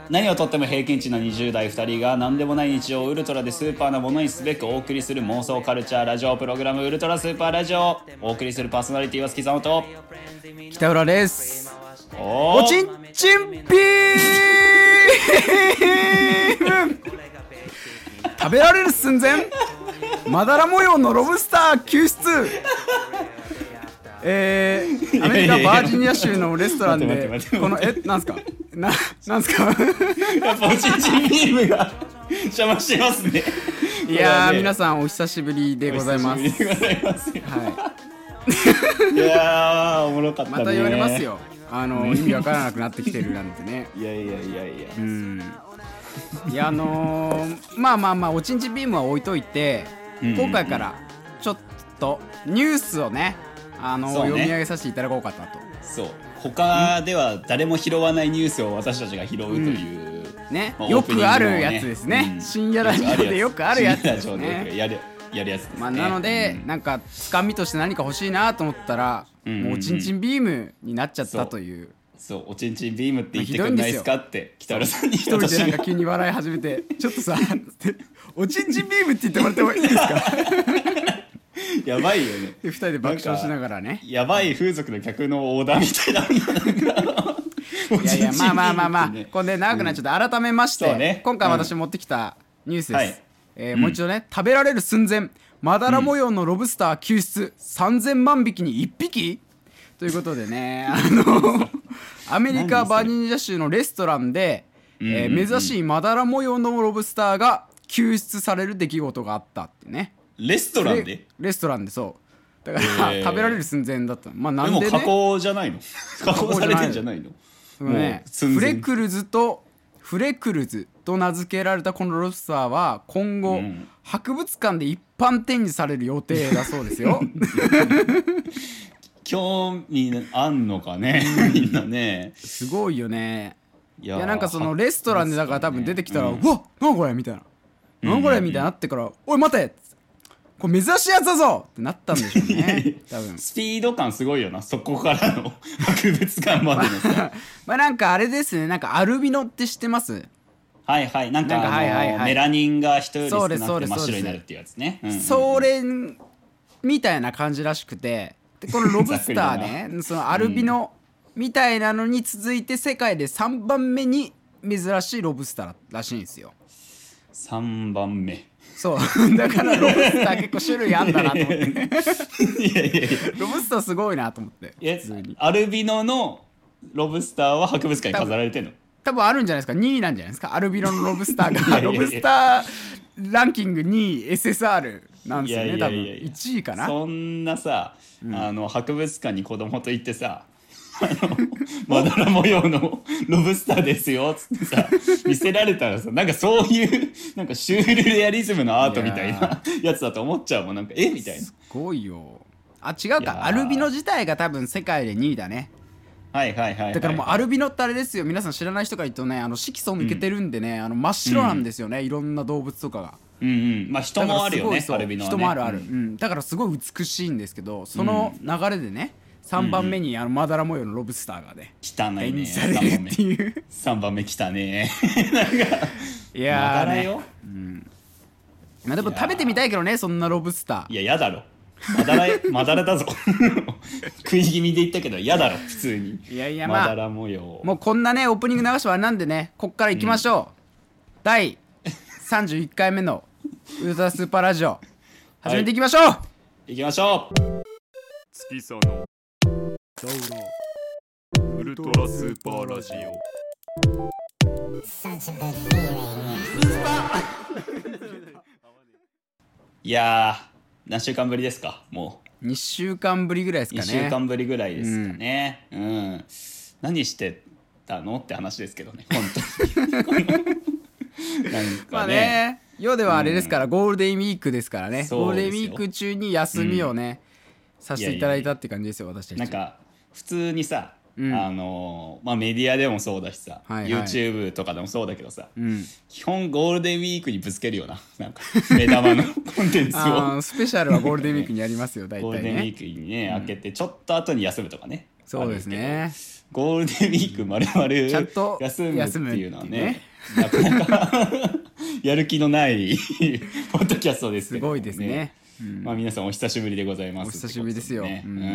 何をとっても平均値な20代2人が何でもない日常をウルトラでスーパーなものにすべくお送りする妄想カルチャーラジオプログラムウルトラスーパーラジオ。お送りするパーソナリティは月様と北浦です。 おちんちんビーム食べられる寸前まだら模様のロブスター救出。アメリカバージニア州のレストランでこのなんすかなんすかやっぱおちんちんビームが邪魔してますね。 いやー、皆さんお久しぶりでございます。 お久しぶりでございますはい、 いやーおもろかったね。 また言われますよ、意味わからなくなってきてるなんてね。 いやいやまあおちんちんビームは置いといて、今回からちょっとニュースをね読み上げさせていただこうかなと。 そう他では誰も拾わないニュースを私たちが拾うという、 ね、 まあよくあるやつですね、深夜ラジオでよくあるやつですね。 やるやつですね。 まあ、なので、なんかつかみとして何か欲しいなと思ったら、もうおちんちんビームになっちゃったという。 そうおちんちんビームって言ってくんないですかって北原さんに一人でなんか急に笑い始めてちょっとさおちんちんビームって言ってもらってもいいですかやばいよね。 2人で爆笑しながらね、 やばい風俗の客のオーダーみたいな。 いやまあこれで長くなっちゃって改めまして、今回私持ってきたニュースです、もう一度ね、食べられる寸前まだら模様のロブスター救出、3000万匹に1匹ということでね、アメリカバージニア州のレストランで、珍しいまだら模様のロブスターが救出される出来事があったってね。 レストランでそうだから、食べられる寸前だった。まあなんでね、 でも加工じゃないの加工されてんじゃないの。 フレクルズと名付けられたこのロブスターは今後、博物館で一般展示される予定だそうですよ。 興味あんのかねみんなね。 すごいよね。いやなんかそのレストランでだから多分出てきたら、うわ何これみたいな、何これみたいになってから、おい待てこれ珍しいやつだぞってなったんでしょうね。多分スピード感すごいよな、そこからの博物館までのさまあなんかあれですね、なんかアルビノって知ってます？ はいはい、なんかメラニンが人より少なくて真っ白になるっていうやつね。 それみたいな感じらしくて、でこのロブスターねそのアルビノみたいなのに続いて世界で3番目に珍しいロブスターらしいんですよ。 3番目。 そうだからロブスター結構種類あんだなと思っていやロブスターすごいなと思って。 アルビノのロブスターは博物館に飾られてんの？ 多分あるんじゃないですか。2位なんじゃないですか、アルビノのロブスターがロブスターランキング2位 SSR なんですよね。多分1位かな。 そんなさ、博物館に子供と行ってさまだら模様のロブスターですよっつってさ見せられたらさ、なんかそういうなんかシュールレアリズムのアートみたいなやつだと思っちゃうもん。なんかみたいな。すごいよ。違うか、アルビノ自体が多分世界で2位だね。 はいだからもうアルビノってあれですよ、皆さん知らない人がいるとね、色素抜けてるんでね、真っ白なんですよね、いろんな動物とかが。 まあ人もあるよね、アルビノはね。 人もある、だからすごい美しいんですけど、その流れでね、3番目にまだら模様のロブスターがね汚いね、 されるっていう 3番目汚ねなんかいやーまだらよ、 まあでも食べてみたいけどね、そんなロブスター。 いややだろ、まだらだぞ食い気味で言ったけどやだろ普通に。 いやまあまだら模様、 もうこんなねオープニング流しはなんでね、こっから行きましょう、第31回目のウルトラスーパーラジオ始めていきましょう、 行きましょう。 月さのウルトラスーパーラジオ。 いやー何週間ぶりですか？もう2週間ぶりぐらいですかね。 2週間ぶりぐらいですかね。何してたのって話ですけどね、本当になんかね、 まあね、世ではあれですから、ゴールデンウィークですからね、ゴールデンウィーク中に休みをね、させていただいたって感じですよ、私たち。 なんか普通にさ、まあメディアでもそうだしさ、YouTube とかでもそうだけどさ、基本ゴールデンウィークにぶつけるよな、なんか目玉のコンテンツをスペシャルはゴールデンウィークにやりますよ大体ね。 ゴールデンウィークにね、開けてちょっと後に休むとかね。 そうですね。 ゴールデンウィーク丸々 ちゃんと休むっていうのはね、 休なかなかやる気のないポッドキャストですけど、 すごいですね。 まあ皆さんお久しぶりでございます。 お久しぶりですよ。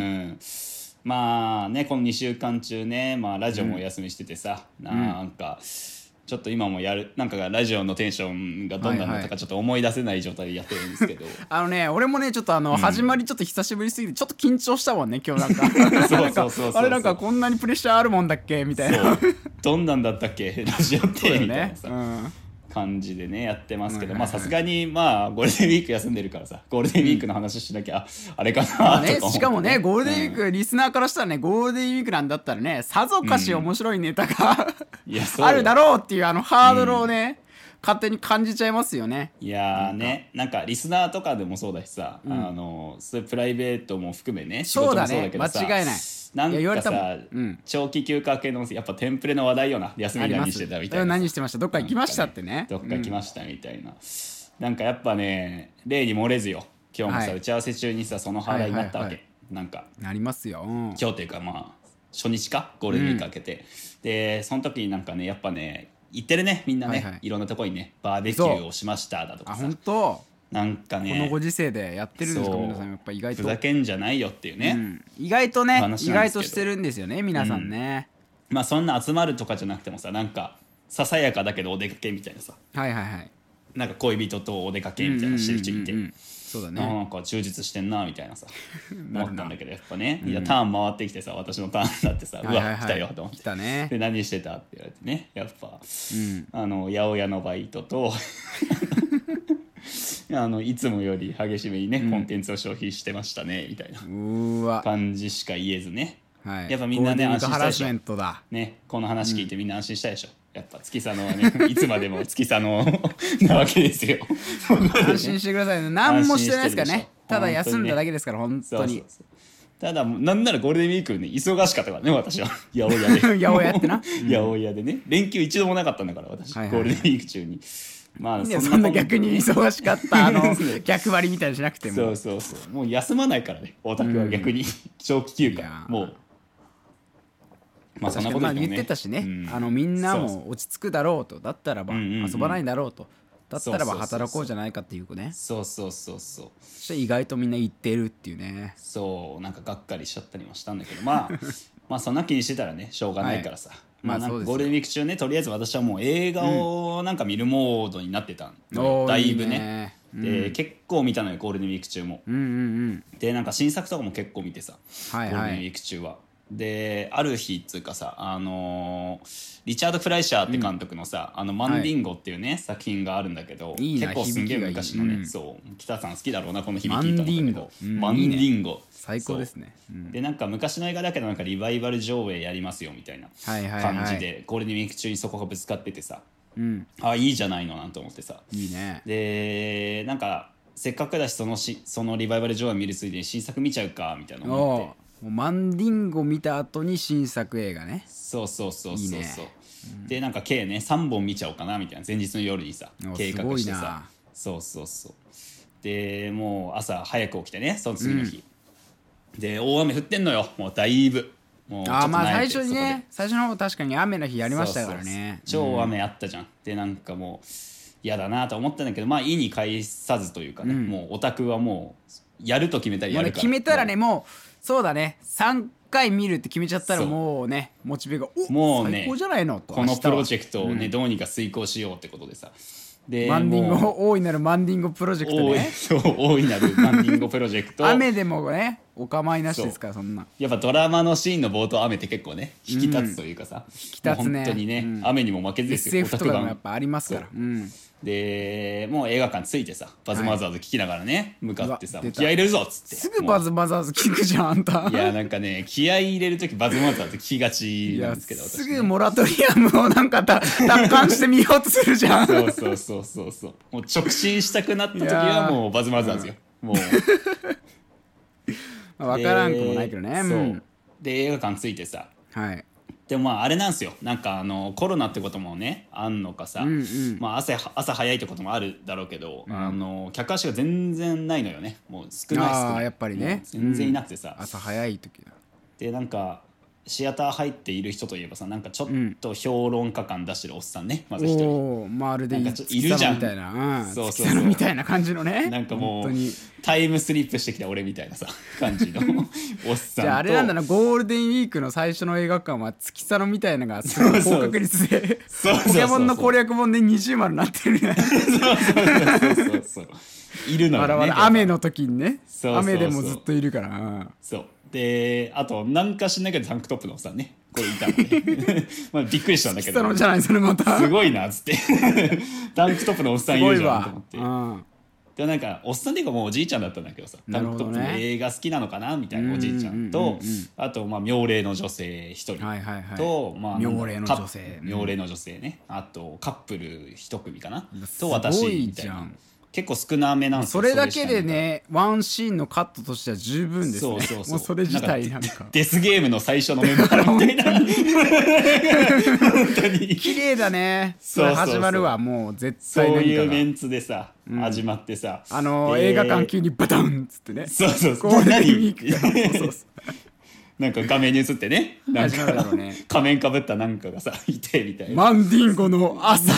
まあね、この2週間中ね、まあラジオもお休みしててさ、なんかちょっと今もなんかラジオのテンションがどんなのだったかちょっと思い出せない状態でやってるんですけど、 俺もねちょっと始まりちょっと久しぶりすぎてちょっと緊張したもんね今日なんかあれなんかこんなにプレッシャーあるもんだっけみたいな、 どんなんだったっけラジオってみたいなさ、 ね、 感じでねやってますけど、まあさすがにまあゴールデンウィーク休んでるからさ、ゴールデンウィークの話しなきゃあれかなとか思って、 しかもねゴールデンウィーク、リスナーからしたらねゴールデンウィークなんだったらねさぞかし面白いネタが、あるだろうっていうハードルをね、勝手に感じちゃいますよね。 いやーね、なんかリスナーとかでもそうだしさ、そういうプライベートも含めね、仕事もそうだけどさ、 間違いない。 なんかさ、長期休暇系のやっぱテンプレの話題よな、休み何してたみたいな、 何してました、どっか行きましたってね、 どっか行きましたみたいな、なんかやっぱね例に漏れずよ、今日もさ、打ち合わせ中にさその話題になったわけ、なんかなりますよ、 今日っていうかまあ初日かゴールデンウィーク明けて、でその時になんかねやっぱね行ってるねみんなね、いろんなとこにねバーベキューをしましただとかさ、 本当なんかねこのご時世でやってるんですか皆さん、やっぱ意外とふざけんじゃないよっていうね、 意外としてるんですよね皆さんね、 まあそんな集まるとかじゃなくてもさ、なんかささやかだけどお出かけみたいなさ、なんか恋人とお出かけみたいなしてる人いて、 そうだね、 なんか充実してんなみたいなさ思ったんだけど、やっぱね、いやターン回ってきてさ、私のターンになってさ、うわ来たよと思って、 来たね、 で何してたって言われてね、やっぱ、八百屋のバイトといつもより激しめにね、コンテンツを消費してましたねみたいな感じしか言えずね、やっぱみんなね安心したでしょね、この話聞いてみんな安心したでしょ、やっぱ月佐野はねいつまでも月佐野なわけですよ安心してくださいね、何もしてないですからね、ただ休んだだけですから本当に。 ただなんならゴールデンウィークね忙しかったからね私は八百屋で八百屋ってな八百屋でね連休一度もなかったんだから私、ゴールデンウィーク中に。まあそんな逆に忙しかった逆割りみたいにしなくても、 そうもう休まないからねオタクは逆に、長期休暇もうまあそんなこと言ってたしね、みんなも落ち着くだろうと、だったらば遊ばないだろうと、だったらば働こうじゃないかっていうね、 そうそして意外とみんな言ってるっていうね、 そうなんかがっかりしちゃったりもしたんだけど、まあそんな気にしてたらねしょうがないからさ、まあなんかゴールデンウィーク中ね、とりあえず私はもう映画をなんか見るモードになってたんだいぶね、で結構見たのよゴールデンウィーク中も、でなんか新作とかも結構見てさ、ゴールデンウィーク中は。である日っつうかさ、リチャード・フライシャーって監督のさ、マンディンゴっていうね、作品があるんだけど、結構すんげえ昔のね、そう北さん好きだろうなこの響き言ったんだけど、マンディンゴ最高ですね、 でなんか昔の映画だけどなんかリバイバル上映やりますよみたいな感じで、ゴールデンウィーク中にそこがぶつかっててさ、あいいじゃないのなんて思ってさ、 いいね。 でなんかせっかくだしそのリバイバル上映見るついでに新作見ちゃうかみたいな思って、 もうマンディンゴ見た後に新作映画ね。 そういいね、でなんか計ね3本見ちゃおうかなみたいな、前日の夜にさ計画してさ、そうでもう朝早く起きてね、その次の日、で大雨降ってんのよもうだいぶ、もうちょっとまあ最初にね、最初の方確かに雨の日やりましたからね、 超雨あったじゃん、でなんかもう嫌だなと思ったんだけど、まあ意に介さずというかね、もうオタクはもうやると決めたらやるから、 決めたらね、もうそうだね、3回見るって決めちゃったらもうね、モチベがもうね最高じゃないのと、 このプロジェクトをね、どうにか遂行しようってことでさ、でマンディンゴ、大いなるマンディンゴプロジェクトね、 そう大いなるマンディンゴプロジェクト雨でもねお構いなしですから、そんなやっぱドラマのシーンの冒頭雨って結構ね引き立つというかさ、 引き立つね、 本当にね、雨にも負けずですよ、 SF とかもやっぱありますから、 でもう映画館着いてさバズマザーズ聞きながらね、向かってさ気合い入れるぞっつって、 すぐバズマザーズ聞くじゃんあんた。 いやなんかね気合い入れる時バズマザーズ聞きがちなんですけど、 すぐモラトリアムをなんか達観してみようとするじゃん。 そうもう直進したくなった時はもうバズマザーズよ、もう分からんくもないけどね。 そうで映画館着いてさ、でもまああれなんですよ、なんかコロナってこともねあんのかさ、まあ朝早いってこともあるだろうけど、客足が全然ないのよね、もう少ないやっぱりね、 全然いなくてさ、 朝早い時だでなんかシアター入っている人といえばさ、なんかちょっと評論家感出してるおっさんね、まず一人。 おお、まるでなんかちょっといるじゃんみたいな、 そうそうそう月佐野みたいな感じのね。 なんかもう本当にタイムスリップしてきた俺みたいなさ感じのおっさんと。 じゃああれなんだな、ゴールデンウィークの最初の映画館は月佐野みたいなのがすごい高確率でそうそうそうポケモンの攻略本で20丸になってるね。 そういるのよね。 我々雨の時にね、 そうそうそう雨でもずっといるから。 そうで、あとなんかしないけどタンクトップのおっさんね、これいたのねまあびっくりしたんだけど、 月佐野じゃないそれまた。 すごいなっつってタンクトップのおっさんいるじゃんと思って。 すごいわ。 でもなんかおっさんっていうかもうおじいちゃんだったんだけどさ、タンクトップの映画好きなのかなみたいなおじいちゃんと、あとまあ妙齢の女性一人と、 はいはいはい、 まあ妙齢の女性、 妙齢の女性ね、あとカップル一組かなとすご私いみたいな。 じゃん。 結構少なめなんですよ。 それだけでね、ワンシーンのカットとしては十分ですね。 そうもうそれ自体なんかデスゲームの最初のメンバーみたいな本当に綺麗だね。そそうそうそうれ始まるわ、もう絶そう対何かが。 いうメンツでさ、始まってさ、 映画館急にバタンっつってね。 そうそうゴールデンウィークがそうそうなんか画面に映ってね、なん始まるだかろうね。 仮面かぶったなんかがさいてみたいな。 マンディンゴの朝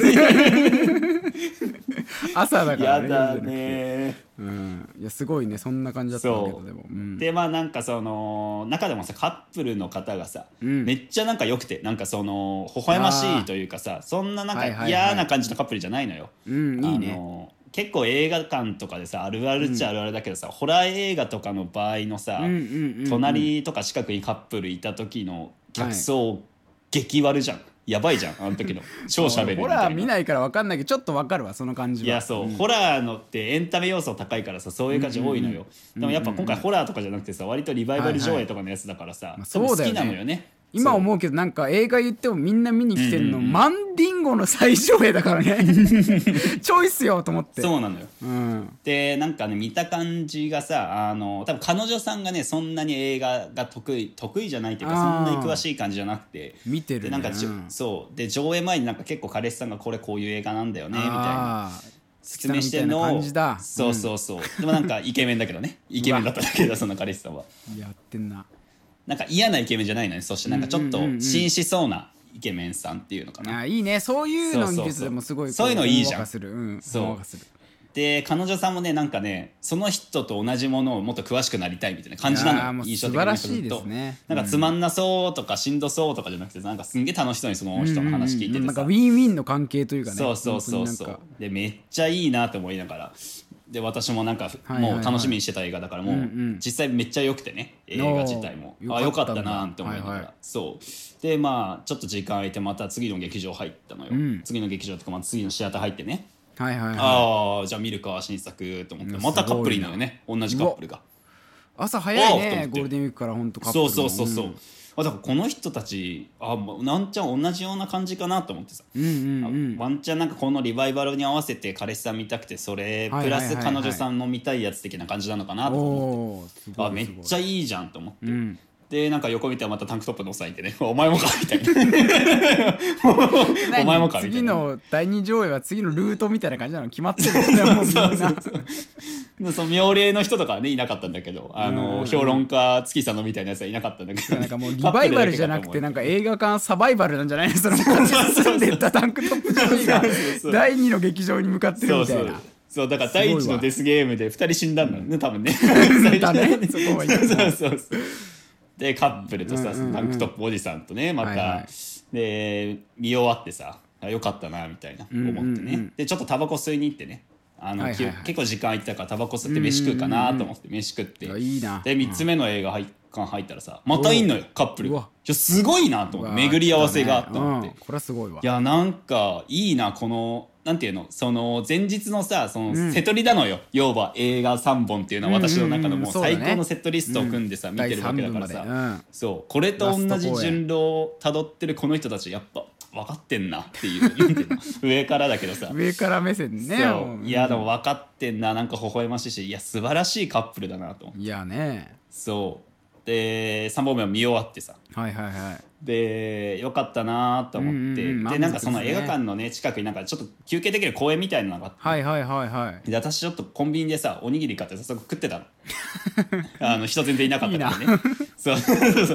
朝だからね。 やだね。 いやすごいね、そんな感じだったんだけど。でも、 でまあなんかその中でもさカップルの方がさ、めっちゃなんか良くて、なんかその微笑ましいというかさ、そんななんか嫌な感じのカップルじゃないのよ。 いいね。 結構映画館とかでさあるあるっちゃあるあるだけどさ、ホラー映画とかの場合のさ、隣とか近くにカップルいた時の客層、激悪じゃん。やばいじゃんあの時の超喋るみたいな。 ホラー見ないから分かんないけどちょっと分かるわその感じは。 いやそう、ホラーのってエンタメ要素高いからさ、そういう感じ多いのよ。でもやっぱ今回ホラーとかじゃなくてさ、割とリバイバル上映とかのやつだからさ、多分好きなのよね。 今思うけどなんか映画言ってもみんな見に来てるの、マンディンゴの最上映だからねチョイスよと思って。 そうなのよ、でなんかね見た感じがさ、多分彼女さんがねそんなに映画が得意じゃないっていうか、そんなに詳しい感じじゃなくて見てるね。 でなんかそうで上映前になんか結構彼氏さんがこういう映画なんだよねみたいな説明してんのを、そうそうそう、でもなんかイケメンだけどねイケメンだっただけどその彼氏さんはやってんな。 なんか嫌なイケメンじゃないのね。そしてなんかちょっと紳士そうなイケメンさんっていうのかな。 いいね、そういうの見ててもすごいそういうのいいじゃん。 そうで彼女さんもねなんかねその人と同じものをもっと詳しくなりたいみたいな感じなの。 印象的に。素晴らしいですね。 なんかつまんなそうとかしんどそうとかじゃなくて、なんかすんげえ楽しそうにその人の話聞いててさ、 なんかウィンウィンの関係というかね。 そうでめっちゃいいなと思いながら、で私もなんかもう楽しみにしてた映画だからもう実際めっちゃ良くてね、映画自体も良かったなって思いながら、そうでまあちょっと時間空いてまた次の劇場入ったのよ。次の劇場とか次のシアター入ってね、ああじゃあ見るか新作と思ってまたカップルいるのよね、同じカップルが。 朝早いね、ゴールデンウィークから本当カップル。 そうだからこの人たちなんちゃん同じような感じかなと思ってさ、ワンチャンなんかこのリバイバルに合わせて彼氏さん見たくて、それプラス彼女さんの見たいやつ的な感じなのかなと思って、めっちゃいいじゃんと思って、でなんか横見てまたタンクトップのおっさんいてねお前もかみたいなお前もかみたいな。 次の第2上映は次のルートみたいな感じなの決まってるんですね。もうみんなその妙齢の人とかはねいなかったんだけど、評論家月さんのみたいなやつはいなかったんだけど、 なんかもうリバイバルじゃなくてなんか映画館サバイバルなんじゃないの、その住んでったタンクトップ女子が第2の劇場に向かってるみたいな。 そうだから第1のデスゲームで2人死んだんだよね多分ね。 だねそこは。 そうでカップルとさタンクトップおじさんとねまたで見終わってさよかったなみたいな思ってね、でちょっとタバコ吸いに行ってね、結構時間空いてたからタバコ吸って飯食うかなと思って飯食って、で3つ目の映画館入ったらさまたいんのよカップル。いやすごいなと思って、巡り合わせがあったと思って、 これはすごいわ。 いやなんかいいなこのなんていうの、その前日のさそのセトリなのよ、要は映画3本っていうのは私の中のもう最高のセットリストを組んでさ見てるわけだからさ、そうこれと同じ順路をたどってるこの人たちやっぱ分かってんなっていうなんていうの上からだけどさ上から目線ね。 いやでも分かってんな、なんか微笑ましいし、いや素晴らしいカップルだなと思って。 いやね。 そうで3本目を見終わってさ、でよかったなと思って、でなんかその映画館のね近くになんかちょっと休憩できる公園みたいなのがあって、で私ちょっとコンビニでさおにぎり買って早速食ってたの人全然いなかったからね。そう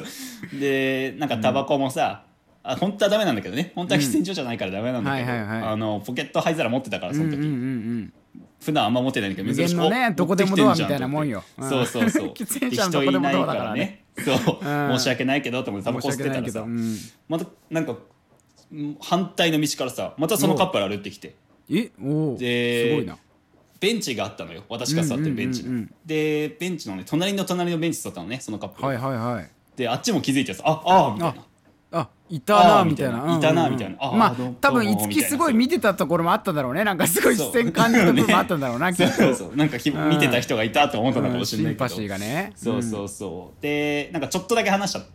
でなんかタバコもさ、本当はダメなんだけどね、本当は喫煙所じゃないからダメなんだけど、ポケット灰皿持ってたからその時、普段あんま持ってないんだけど、 無限のねどこでもドアみたいなもんよ。 そうそうそう喫煙者のどこでもドアだからね。 そう申し訳ないけどと思ってタバコ吸ってたらさ、またなんか反対の道からさまたそのカップル歩いてきて、 おですごいな。 ベンチがあったのよ、私が座ってるベンチ、でベンチのね隣のベンチ座ったのね、そのカップル、 はいはいはい。 であっちも気づいてさ、あみたいな、 いたなみたいな、 いたなみたいな、 まあ多分いつきすごい見てたところもあっただろうね、なんかすごい視線感じた部分もあったんだろうな、きっと。 そうそう、なんか見てた人がいたと思ったのかもしれないけど、 シンパシーがね。 そうそうそう、でなんかちょっとだけ話しちゃった、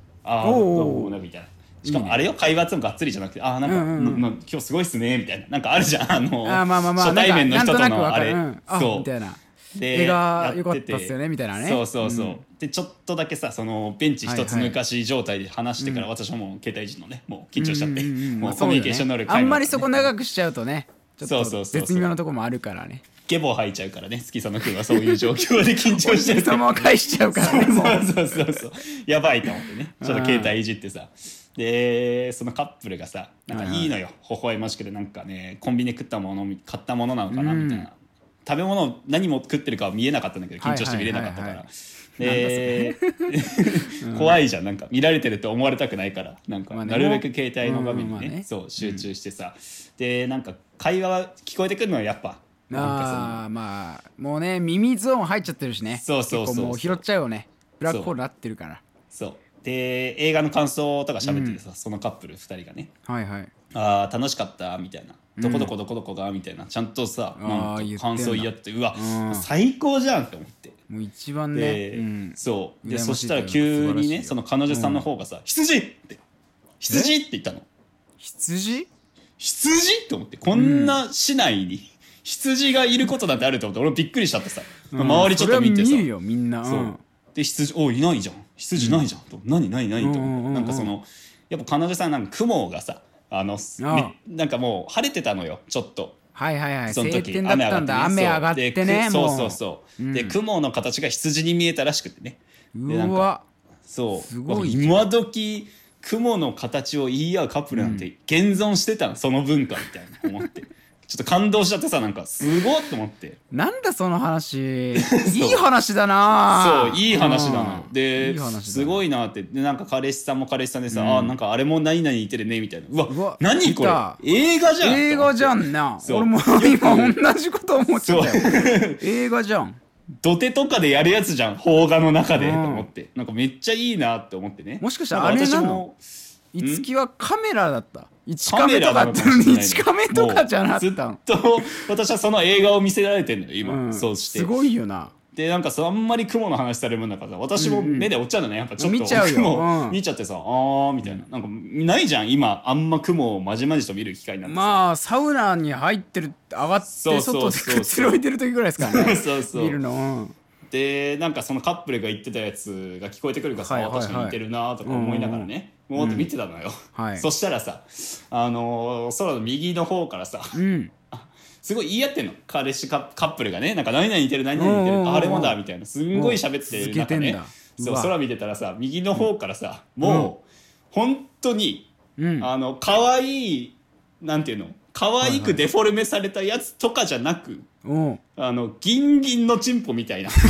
どうもみたいな。しかもあれよ、会話もがっつりじゃなくて、なんか今日すごいっすねみたいな、なんかあるじゃん、初対面の人とのあれ、そうみたいな。 映画良かったっすよねみたいなね。 そうそうそう、でちょっとだけさ、そのベンチ一つ抜かし状態で話してから、私はもう携帯いじるのね、もう緊張しちゃって、もうコミュニケーション能力あんまりそこ長くしちゃうとね、ちょっと絶妙なとこもあるからね。 ゲボ吐いちゃうからね、月佐野くんはそういう状況で緊張してるそのまま返しちゃうからね。 そうやばいと思ってね、ちょっと携帯いじってさ、でそのカップルがさ、なんかいいのよ、微笑ましくて、なんかねコンビニで買ったものなのかなみたいな、食べ物を何も食ってるかは見えなかったんだけど、緊張して見れなかったから、で怖いじゃん、なんか見られてると思われたくないから、なんかなるべく携帯の画面にねそう集中してさ、でなんか会話は聞こえてくるのよやっぱ。 まあもうね耳ゾーン入っちゃってるしね、 そう結構もう拾っちゃうよね、ブラックホールなってるから。 そうで映画の感想とか喋っててさ、そのカップル2人がね、楽しかったみたいな、どこどこどこどこがみたいな、ちゃんとさなんか感想言い合って、うわ最高じゃんって思って、 もう一番ね、 そうで、そしたら急にねその彼女さんの方がさ、羊って言ったの。羊って思って、こんな市内に羊がいることなんてあると思って、俺もびっくりしちゃってさ、周りちょっと見てさ、 見るよみんな。 で羊いないじゃん、羊ないじゃんと、何と思って、なんかそのやっぱ彼女さんなんか雲がさなんかもう晴れてたのよちょっと、その時雨上がってね、 そうで雲の形が羊に見えたらしくてね、でなんかそう今時雲の形を言い合うカップルなんて現存してたの、その文化みたいな思ってちょっと感動しちゃってさ、なんかすごっと思って、 なんだその話いい話だな。 そういい話だな、ですごいなって、でなんか彼氏さんも彼氏さんでさ、なんかあれも何々言ってるねみたいな、うわ何これ映画じゃんな。俺も今同じこと思っちゃったよ。映画じゃん、 土手とかでやるやつじゃん、邦画の中でと思って、なんかめっちゃいいなって思ってね。 もしかしたらあれなの、いつきはカメラだった、1カメとかって1カメとかじゃなかったの。 ずっと私はその映画を見せられてるのよ今、そうしてすごいよな。 でなんかあんまり雲の話されるもんだから私も目で追っちゃうのね、やっぱちょっと見ちゃうよ、 雲見ちゃってさ、みたいな、なんかないじゃん今あんま雲をまじまじと見る機会なんてさ、 まあサウナに入ってる上がって外でくつろいでる時ぐらいですからね見るの。 でなんかそのカップルが言ってたやつが聞こえてくるからさ、確かに似てるなとか思いながらね、もうって見てたのよ、そしたらさ空の右の方からさ、すごい言い合ってんの、彼氏カップルがね、なんか何々似てる何々似てる、あれもだみたいな、すんごい喋ってる中ね、そう空見てたらさ右の方からさ、もう本当に可愛いなんていうの、可愛くデフォルメされたやつとかじゃなく、ギンギンのチンポみたいな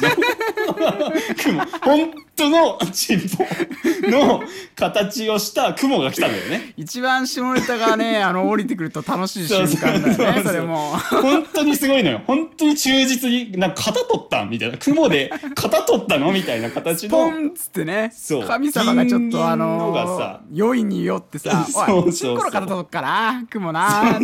本当のチンポの形をした雲が来たんだよね。 一番下ネタがね降りてくると楽しい瞬間だよね。それも本当にすごいのよ、本当に忠実になんか型取ったみたいな、雲で型取ったのみたいな形のポンっつってね、神様がちょっと良いによってさ、おいチンコの型取っから雲な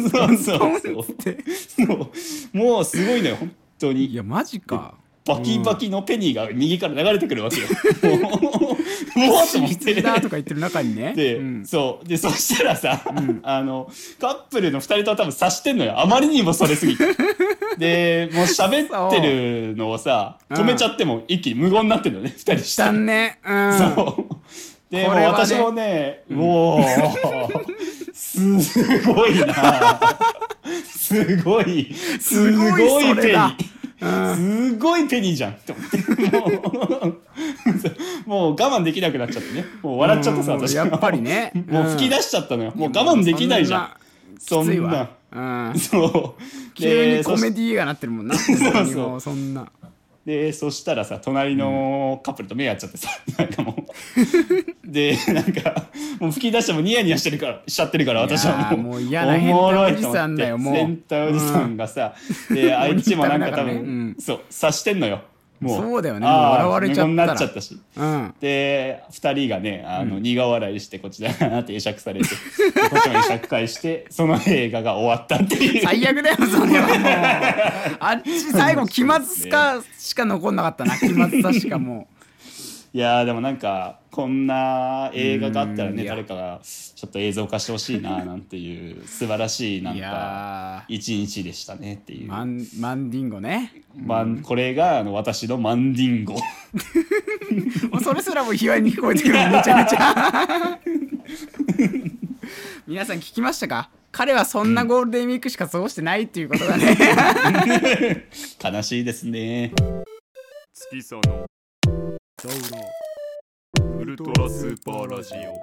もうすごいのよ本当に。 いやマジか、 バキバキのペニーが右から流れてくるわけよ。もうと思ってだとか言ってる中にね。 で、そしたらさ、カップルの2人とは多分察してんのよ、あまりにもそれすぎて。でもう喋ってるのをさ止めちゃっても一気に無言になってるのね、2人して。 だね。 そうでもう私もね、もうすごいな、すごいペニー。 すごいペニーじゃんって思ってもう我慢できなくなっちゃってね、もう笑っちゃったさ、私やっぱりね、 もう吹き出しちゃったのよ、もう我慢できないじゃん、そんな、そう急にコメディ映画なってるもんなそうそんなでそしたらさ隣のカップルと目合っちゃってさ、なんかもうでなんかもう吹き出してもニヤニヤしてるからしちゃってるから、私はもう嫌な変態おじさんだよ、もう変態おじさんがさ、であいつもなんか多分そう察してんのよ、もうそうだよね、もう笑われちゃったら無言になっちゃったし、で2人がね苦笑いしてこっちだなって会釈されてこっちも会釈返してその映画が終わったっていう最悪だよそれはもうあっち最後期末かしか残んなかったな、期末さしかもういやでもなんかこんな映画があったらね、誰かがちょっと映像化してほしいななんていう素晴らしいなんか一日でしたねっていう。 マンディンゴね、 これが私のマンディンゴもうそれすらも卑猥に聞こえてくる、めちゃめちゃ皆さん聞きましたか、彼はそんなゴールデンウィークしか過ごしてないっていうことだね悲しいですね。 月さのウルトラスーパーラジオ。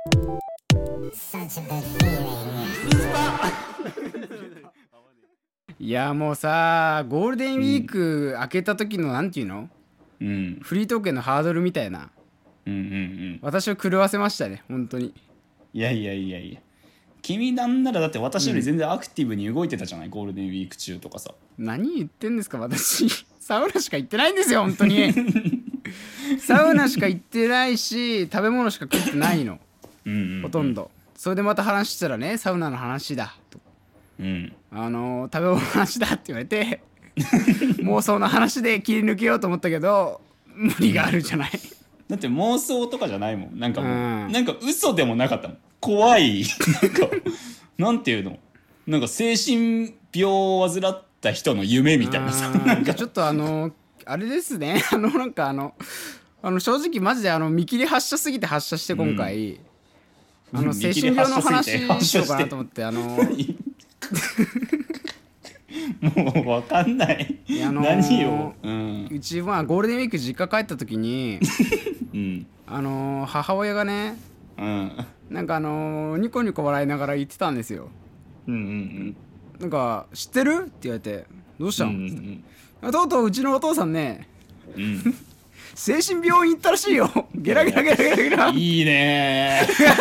いやもうさ、ゴールデンウィーク明けた時のなんていうの、フリートークへのハードルみたいな、私を狂わせましたね本当に。 いや君なんならだって私より全然アクティブに動いてたじゃない、ゴールデンウィーク中とかさ。 何言ってんですか、私サウナしか行ってないんですよ本当にサウナしか行ってないし食べ物しか食ってないのほとんど。それでまた話したらね、サウナの話だと、食べ物の話だって言われて妄想の話で切り抜けようと思ったけど無理があるじゃないだって妄想とかじゃないもん、なんかもう、なんか嘘でもなかったもん、怖いなんかなんていうの、なんか精神病を患った人の夢みたいなさ、なんかちょっとあれですね、なんか正直マジで見切り発車すぎて発車して今回、精神病の話しようかなと思ってもう分かんない何を、 うちはゴールデンウィーク実家帰った時に母親がね、なんかニコニコ笑いながら言ってたんですよ。なんか知ってるって言われて、どうしたの、とうとううちのお父さんね、精神病院行ったらしいよゲラゲラゲラゲラゲラ。 いいね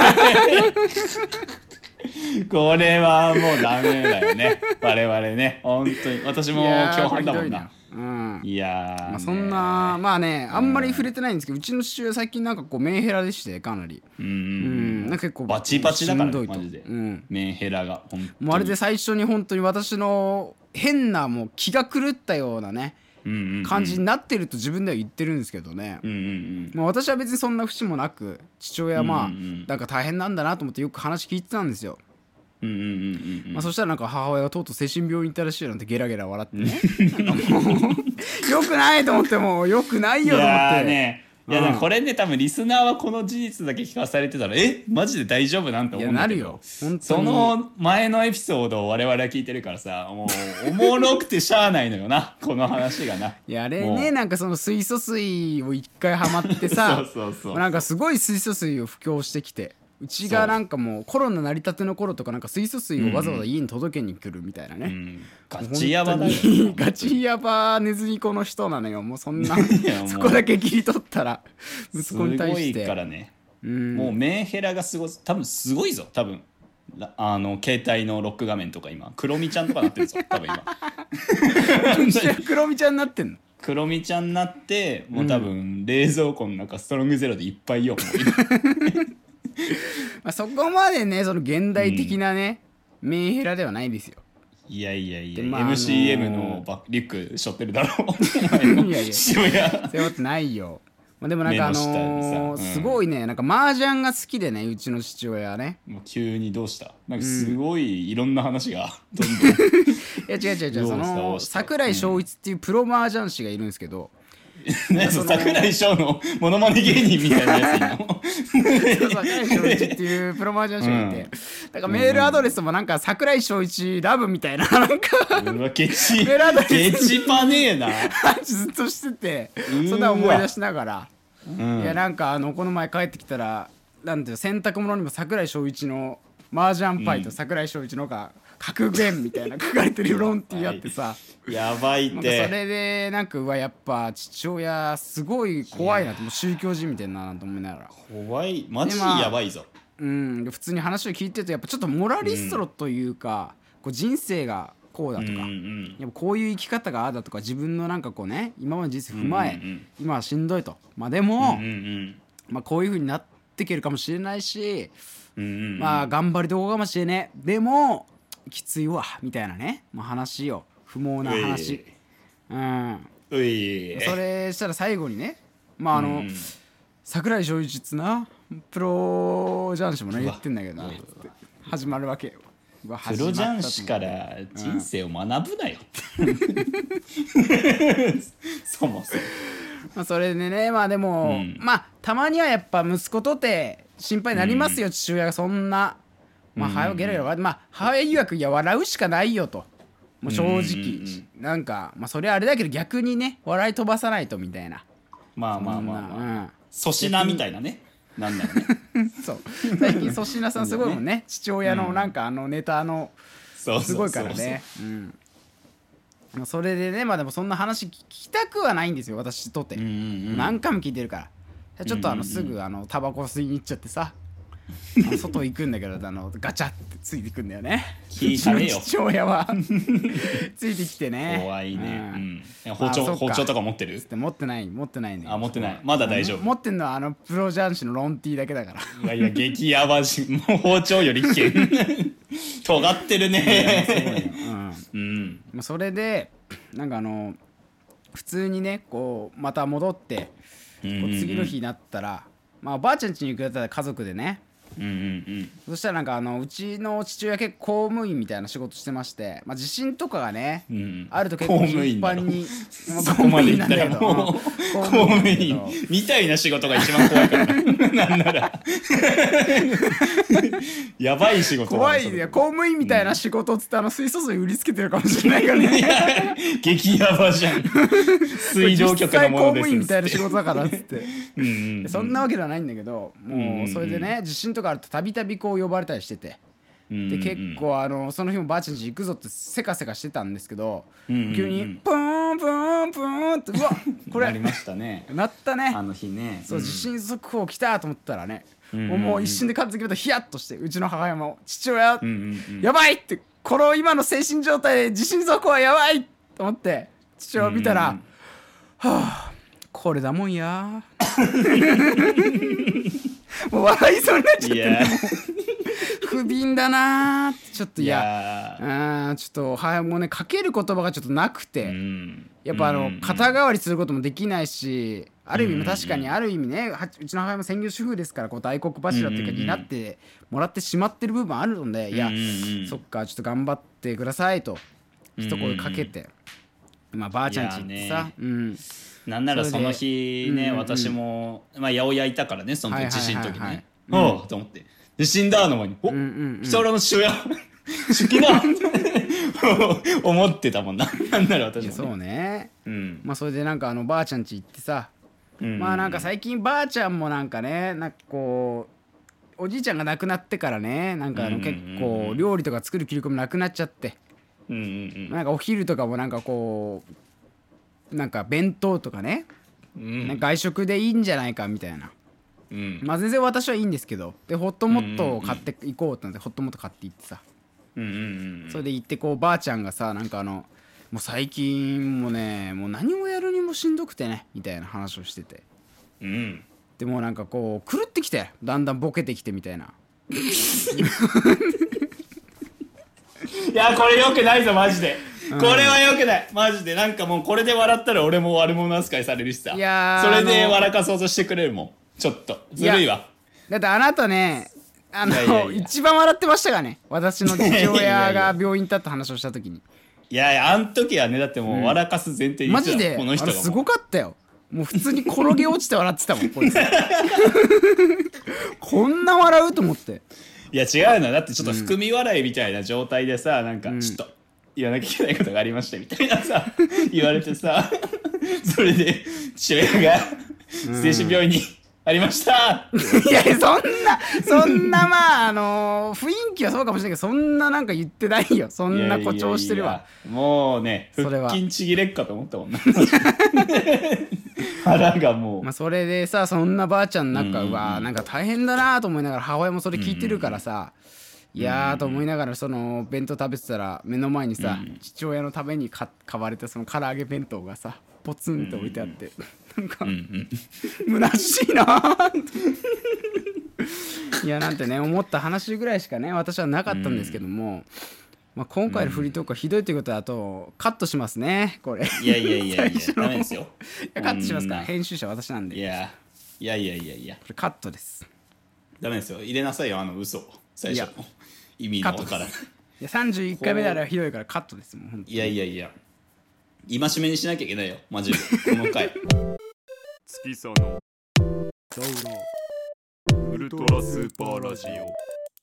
これはもうダメだよね我々ね、本当に私も共犯だもんな。いやそんなまあね、あんまり触れてないんですけど、うちの父親最近なんかこうメンヘラでしてかなりなんか結構バチバチだからねマジで、メンヘラが本当にもうあれで最初に本当に私の変なもう気が狂ったようなね感じになってると自分では言ってるんですけどね、私は別にそんな節もなく、父親はまあなんか大変なんだなと思ってよく話聞いてたんですよ。そしたらなんか母親がとうとう精神病院行ったらしいよなんてゲラゲラ笑ってねなんかもうよくないと思って、もうよくないよと思って。 いやでもこれね、多分リスナーはこの事実だけ聞かされてたらマジで大丈夫なんて思うんだけど、 いやなるよ本当に。 その前のエピソードを我々は聞いてるからさ、もうおもろくてしゃあないのよなこの話がな。 いやあれね、なんかその水素水を一回ハマってさなんかすごい水素水を布教してきて、うちがなんかもうコロナ成り立ての頃とかなんか水素水をわざわざ家に届けに来るみたいなね、 ガチヤバだよガチヤバネズミ子の人なのよ。もうそんなそこだけ切り取ったら息子に対してすごいからね、もうメンヘラがすごい、多分すごいぞ多分携帯のロック画面とか今クロミちゃんとかなってるぞ多分今クロミちゃんになってんの。 クロミちゃんになってもう多分冷蔵庫の中ストロングゼロでいっぱいよそこまでねその現代的なね、メンヘラではないですよ。 いや、MCM のリュック背負ってるだろういや渋谷背負ってないよ。でもなんかすごいね、なんか麻雀が好きでね、うちの父親はね。 もう急にどうした、なんかすごいいろんな話がどんどんいや違うその櫻井翔一っていうプロ麻雀師がいるんですけど、 櫻井翔のモノマネ芸人みたいなやついるの櫻井翔一っていうプロ麻雀師がいて、 だからメールアドレスもなんか桜井翔一ラブみたいななんかうわケチメールアドレスケチパねえなずっとしてて、そんな思い出しながら、いやなんかこの前帰ってきたらなんていう洗濯物にも桜井翔一の麻雀パイと桜井翔一のが格言みたいな書かれてるロンティーあってさやばいっなんかてそれでなんかうわやっぱ父親すごい怖いなって、もう宗教人みたいなと思いながら、 怖いマジでやばいぞ。 で普通に話を聞いてるとやっぱちょっとモラリストというか、こう人生がこうだとか、やっぱこういう生き方がああだとか自分のなんかこうね今までの人生踏まえ、今はしんどいと、まあでも、まあこういう風になっていけるかもしれないし、まあ頑張りどこかもしれねえ、でもきついわみたいなね、まあ、話を不毛な話、それしたら最後にね、まあ桜井翔一っつなプロ雀士もね言ってんだけどなって始まるわけよ。 プロ雀士から人生を学ぶなよ、そもそも。 まあそれでね、まあでも、まあたまにはやっぱ息子とて心配になりますよ、父親がそんな、まあ母親ゲラゲラ、まあ母親曰くいや笑うしかないよと、もう正直、なんかまあそれはあれだけど逆にね笑い飛ばさないとみたいな、 まあまあまあまあ粗品みたいなね、なんだろうねそう最近粗品さんすごいもんね、父親のなんかネタすごいからね。それでね、まあでもそんな話聞きたくはないんですよ私とて、何回も聞いてるから、ちょっとすぐタバコ吸いに行っちゃってさ外行くんだけどガチャってついてくんだよね。 聞いたれよ父親はついてきてね。 怖いね、包丁とか持ってる？ 持ってないね。 持ってない、まだ大丈夫。 持ってんのはプロ雀士のロンティーだけだから。 いや激ヤバし、もう包丁より危険尖ってるね。 それでなんか普通にねこうまた戻ってこう次の日になったら、まあおばあちゃん家に行くやったら家族でね、そしたらなんかうちの父親結構公務員みたいな仕事してまして、まあ、地震とかがね、あると結構頻繁にそこまで言ったらもう公務員みたいな仕事が一番怖いからなんならやばい仕事怖いね。公務員みたいな仕事っつって水素水売りつけてるかもしれないからね激ヤバじゃん水道局のものです実際公務員みたいな仕事だからっつってそんなわけではないんだけど、もうそれでね地震とかあるとたびたびこう呼ばれたりしてて、で結構その日もばあちゃん家行くぞってせかせかしてたんですけど、急にプーンプーンプーンってうわこれなりましたね。 なったねあの日ね。 そう地震速報来たと思ったらね、もう一瞬で片付けるとヒヤッとして、うちの母親も父親やばいってこの今の精神状態で地震速報はやばいと思って父親を見たら、はあこれだもんやもう笑いそうになっちゃって、ね、不憫だなーちょっとちょっと母親もねかける言葉がちょっとなくて、やっぱ肩代わりすることもできないし、ある意味確かにある意味ねうちの母親も専業主婦ですからこう大黒柱っていうかになってもらってしまってる部分あるので、いやそっかちょっと頑張ってくださいと一声かけて、まあばあちゃんち行ってさ、 なんならその日ね、私もまあ八百屋いたからね、その時地震の時ね、おうと思って地震だの前に人の父親好きだ思ってたもんな。なんなら私もね。 そうね。まあそれでなんかばあちゃん家行ってさ、まあなんか最近ばあちゃんもなんかね、なんかこうおじいちゃんが亡くなってからね、なんか結構料理とか作る気力もなくなっちゃって、なんかお昼とかもなんかこうなんか弁当とかね、なんか外食でいいんじゃないかみたいな。まあ全然私はいいんですけど、でホットモットを買っていこうってなってホットモット買って行ってさ、それで行ってこうばあちゃんがさなんかもう最近もねもう何をやるにもしんどくてねみたいな話をしてて、でもなんかこう狂ってきてだんだんボケてきてみたいな。 いやこれよくないぞマジで、これはよくないマジで。なんかもうこれで笑ったら俺も悪者扱いされるしさ、それで笑かそうとしてくれるもん。ちょっとずるいわ。 だってあなたね一番笑ってましたがね、私の父親が病院に立った話をした時に。 いやいやあん時はね、だってもう笑かす前提に言ってた、 マジでこの人がすごかったよ。もう普通に転げ落ちて笑ってたもんこいつこんな笑うと思って。 いや違うのだってちょっと含み笑いみたいな状態でさ、なんかちょっと言わなきゃいけないことがありましたみたいなさ言われてさそれで父親が精神病院にありましたいやそんなまあ雰囲気はそうかもしれないけど、そんななんか言ってないよ。そんな誇張してるわ。 いやもうねそれは腹筋ちぎれっかと思ったもんな腹がもう、 まあ、それでさ、そんなばあちゃんなんか、うわなんか大変だなと思いながら、母親もそれ聞いてるからさ、いやーと思いながら、その弁当食べてたら目の前にさ、父親のために買われたその唐揚げ弁当がさポツンと置いてあって、なんか虚しいなーいやなんてね思った話ぐらいしかね私はなかったんですけども、まあ、今回のフリートークはひどいということだとカットしますねこれ。 いやダメですよ。 カットしますか。編集者私なんで。 いやこれカットです。 ダメですよ。入れなさいよ嘘最初の意味のわからない。いや31回目ならひどいからカットですもん。 いや戒めにしなきゃいけないよマジでこの回月佐のウルトラスーパーラジオ。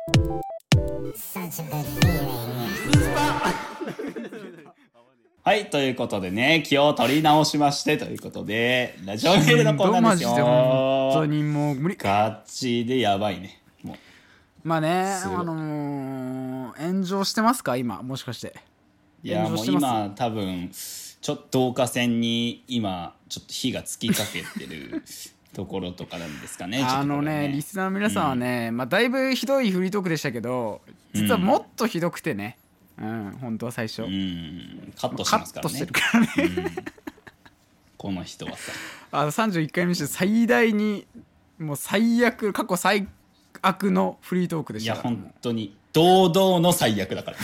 はいということでね、気を取り直しましてということでラジオメールのコーナーですよ。 マジで本当にもう無理。 ガチでやばいね。もうまあね炎上してますか今もしかして。 いやもう今多分ちょっと導火線に今ちょっと火がつきかけてるところとかなんですかね。 リスナーの皆さんはね、まあだいぶひどいフリートークでしたけど、実はもっとひどくてね、本当は最初カットしますからね。カットしてるからねこの人はさ 31回目して最大にもう最悪、過去最悪のフリートークでした。 いや本当に堂々の最悪だから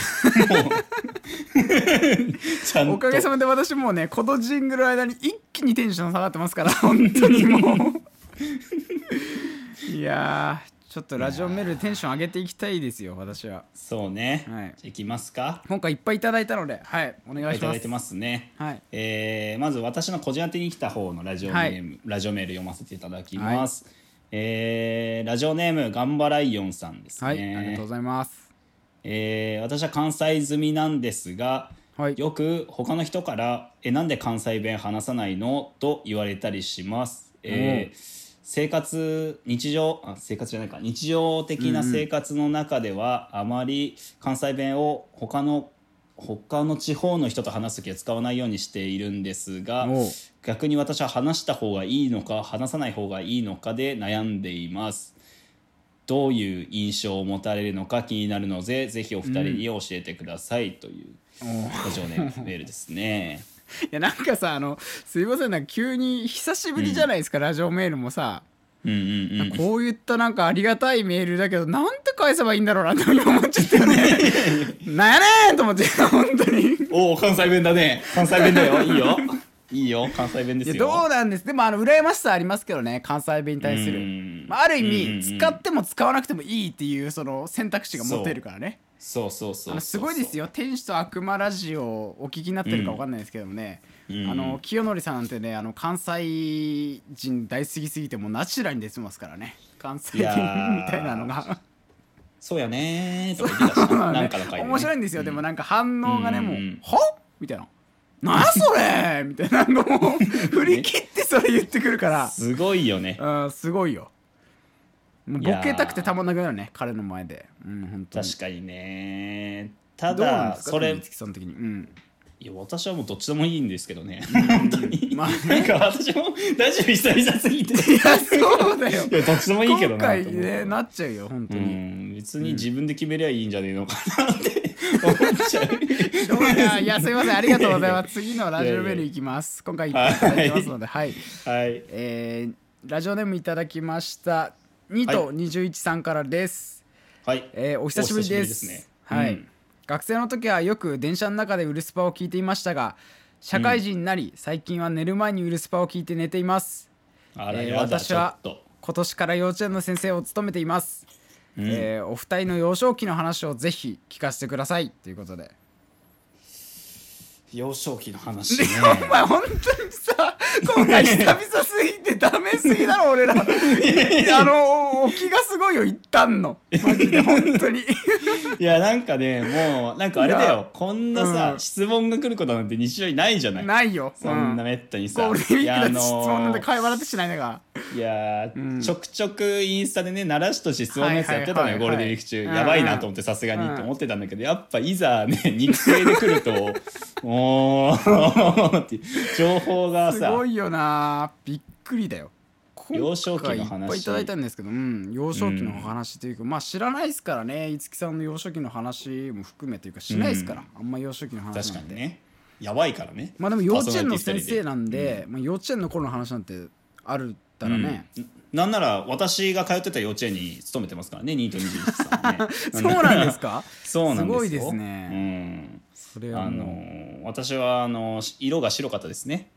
ちゃんとおかげさまで私もうねこのジングルの間に一気にテンション下がってますから本当にもういやちょっとラジオメールでテンション上げていきたいですよ私は。 そうね、 はい、 じゃあいきますか。 今回いっぱいいただいたのではいお願いします。いただいてますね、 はい。 まず私の個人宛てに来た方のラジオメール読ませていただきます、はい。ラジオネームガンバライオンさんですね。 はい、ありがとうございます。 私は関西済みなんですが、はい、よく他の人からなんで関西弁話さないのと言われたりします。日常的な生活の中ではあまり関西弁を他の地方の人と話すときは使わないようにしているんですが、逆に私は話した方がいいのか話さない方がいいのかで悩んでいます。どういう印象を持たれるのか気になるのでぜひお二人に教えてくださいというラジオネームメールですね。 いやなんかさすいませんなんか急に久しぶりじゃないですか、ラジオメールもさ、こういったなんかありがたいメールだけどなんて返せばいいんだろうなって思っちゃったよねなんやねんと思って本当におお関西弁だね。関西弁だよ。いいよ関西弁ですよ。 いやどうなんです。でも羨ましさありますけどね関西弁に対する、ある意味使っても使わなくてもいいっていうその選択肢が持てるからね。 そうすごいですよ。天使と悪魔ラジオをお聞きになってるか分かんないですけどもね、清則さんなんてね関西人大好きすぎてもうナチュラルに出てますからね関西人みたいなのがそうやねーとか言ってたしなんかの回で、ね、 面白いんですよ、でもなんか反応がねもうはみたいななんやそれみたいなのを振り切ってそれ言ってくるからすごいよね。 すごいよ。もうボケたくてたまんなくなるね彼の前で。本当に確かにね。ただそれさん的に、 いや私はもうどっちでもいいんですけどね本当に、まあ、なんか私もラジオ久々すぎていやそうだよ。 いやどっちでもいいけどな今回ねなっちゃうよ本当に。 別に自分で決めりゃいいんじゃねえのかなって思っちゃういやすいませんありがとうございます。次のラジオメールいきます。今回いただいてますのではい、ラジオネームいただきました2と21さんからです。 はい、 お久しぶりです。 ね、 はい、学生の時はよく電車の中でウルスパを聞いていましたが社会人になり、最近は寝る前にウルスパを聞いて寝ています。私は今年から幼稚園の先生を務めています。お二人の幼少期の話をぜひ聞かせてくださいということで。 幼少期の話ね。 お前本当にさ、今回久々すぎてダメすぎだろ俺ら。置きがすごいよ、一旦のマジで本当に。 いやなんかね、もうなんかあれだよ、こんなさ、質問が来ることなんて日常にないじゃない。 ないよ、 そんなめったにさ。 ゴールデンウィークだって質問なんて会話だってしないんだが。 いやちょくちょくインスタでね、奈良市と質問のやつやってたのよ、ゴールデンウィーク中。やばいなと思って、さすがにと思ってたんだけど、やっぱいざね日程で来るともうって情報がさ、 すごいよな、びっくりだよ。 幼少期の話いっぱいいただいたんですけど、幼少期の話というか、まあ知らないですからね、五木さんの幼少期の話も含めというかしないですから、あんま幼少期の話なんて。 確かにね、やばいからね。 まあでも幼稚園の先生なんで、まあ、幼稚園の頃の話なんてあるったらね、 なんなら私が通ってた幼稚園に勤めてますからね、ニート21さんね。 そうなんですか。 そうなんですよ。 すごいですね。それは私は色が白かったですね。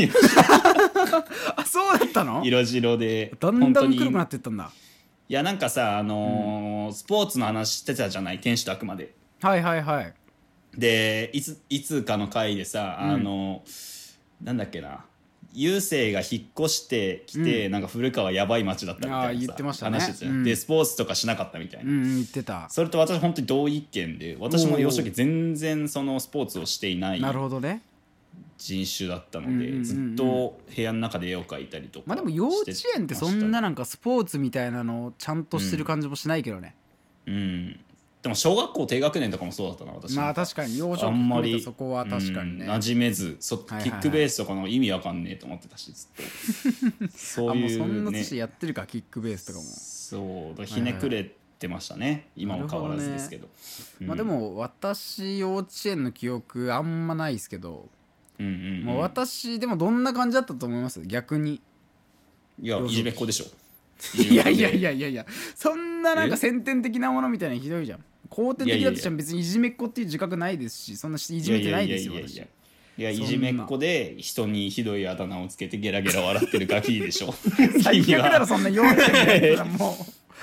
あ、そうだったの。 色白でだんだん黒くなっていったんだ。 いやなんかさ、スポーツの話してたじゃない、天使と悪魔で。 はいはいはい。 でいつかの回でさ、なんだっけな、郵政が引っ越してきて、なんか古川やばい街だったみたいなさ、 言ってましたね。 話してた、でスポーツとかしなかったみたいな、 言ってた。 それと私本当に同意見で、私も幼少期全然そのスポーツをしていないなるほどね人種だったので、ずっと部屋の中で絵を描いたりとか。 まあでも幼稚園ってそんななんかスポーツみたいなのちゃんとしてる感じもしないけどね。 でも小学校低学年とかもそうだったな、私。 まあ確かに幼少期あんまりそこは確かにね、 馴染めず、キックベースとかの意味わかんねえと思ってたし、ずっとそういうね。 そんな年やってるか、キックベースとかも。 そうひねくれてましたね、今も変わらずですけど。 まあでも私幼稚園の記憶あんまないですけど、まあ私でもどんな感じだったと思います逆に。 いやいじめっ子でしょ。 いやそんななんか先天的なものみたいなひどいじゃん。後天的だとしても別にいじめっ子っていう自覚ないですし、そんないじめてないですよ私。 いやいじめっ子で人にひどいあだ名をつけてゲラゲラ笑ってるガキでしょ。 最悪だろそんな幼稚園でやったらもう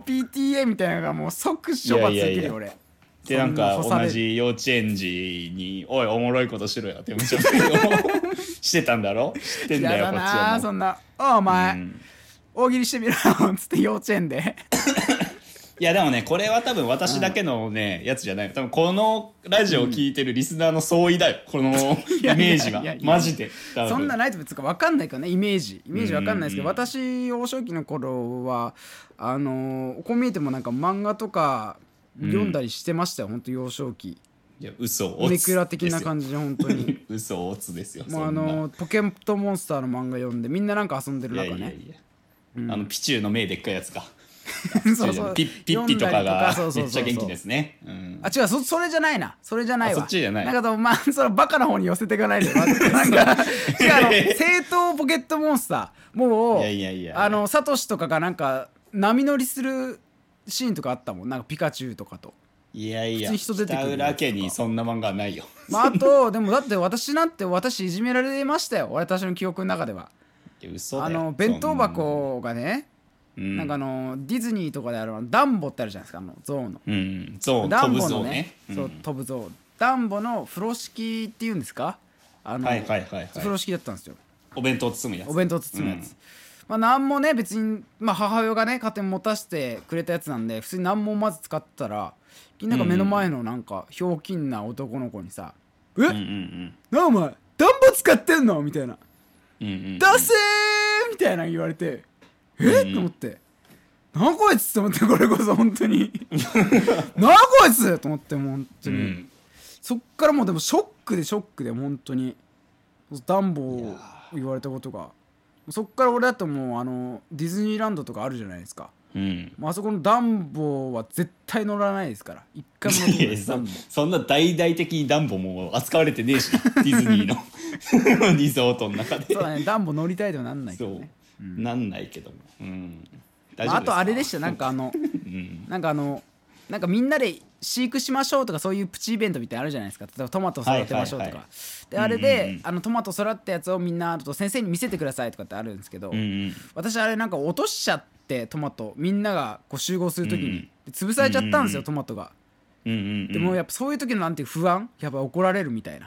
PTA みたいなのがもう即処罰できるよ俺。 でなんか同じ幼稚園児に「おいおもろいことしろよ」って無茶ぶりをしてたんだろ。してんだよこっちは。 やだなそんな「お前、大喜利してみろよ」っつって幼稚園で。 いやでもね、これは多分私だけのね、やつじゃない。多分このラジオを聞いてるリスナーの総意だよ、このイメージは。マジでそんなないと別に分かんないからね、イメージ分かんないですけど、私幼少期の頃はこう見えてもなんか漫画とか読んだりしてましたよ、ほんと幼少期。 いや嘘おつネクラ的な感じで本当に嘘おつですよ。 もうポケットモンスターの漫画読んでみんななんか遊んでる中ね。 ピチューの目でっかいやつか。 そうそうピッピとかがめっちゃ元気ですね。 あ違う、それじゃないな、それじゃないわ。 そっちじゃない。 なんかまあそのバカな方に寄せていかないで。なんか違う、正統ポケットモンスターもうサトシとかがなんか波乗りするシーンとかあったもん、なんかピカチュウとかと。 いや北浦家にそんな漫画はないよ。 まああとでもだって私いじめられましたよ、私の記憶の中では。 嘘だよ。 弁当箱がね、なんかディズニーとかであるダンボってあるじゃないですか、ゾウの。ダンボのね、そう飛ぶゾウ。ダンボの風呂敷っていうんですか、風呂敷だったんですよ。 お弁当包むやつ。 お弁当包むやつ。まあなんもね別に、まあ母親がね勝手に持たせてくれたやつなんで、普通に何もまず使ってたら、なんか目の前のなんかひょうきんな男の子にさ「なあお前ダンボ使ってんの?」みたいな「出せー!」みたいな言われて。と思って「なあこいつ!」と思って、これこそ本当に「なあこいつ!」と思ってもう本当に、そっからもうでもショックで本当にダンボを言われたことが、そっから俺だともうディズニーランドとかあるじゃないですか、あそこのダンボは絶対乗らないですから、一回も乗ってないです。 そんな大々的にダンボも扱われてねえし、ディズニーのリゾートの中で。 そうだね、ダンボ乗りたいとはなんないけどね。 なんないけども、 あとあれでした、なんかなんかみんなで飼育しましょうとか、そういうプチイベントみたいなのあるじゃないですか。例えばトマト育てましょうとか、であれでトマト育ったやつをみんなと先生に見せてくださいとかってあるんですけど、私あれなんか落としちゃって、トマトみんながこう集合するときに潰されちゃったんですよ、トマトが。でもやっぱそういう時のなんていう不安、やっぱ怒られるみたいな、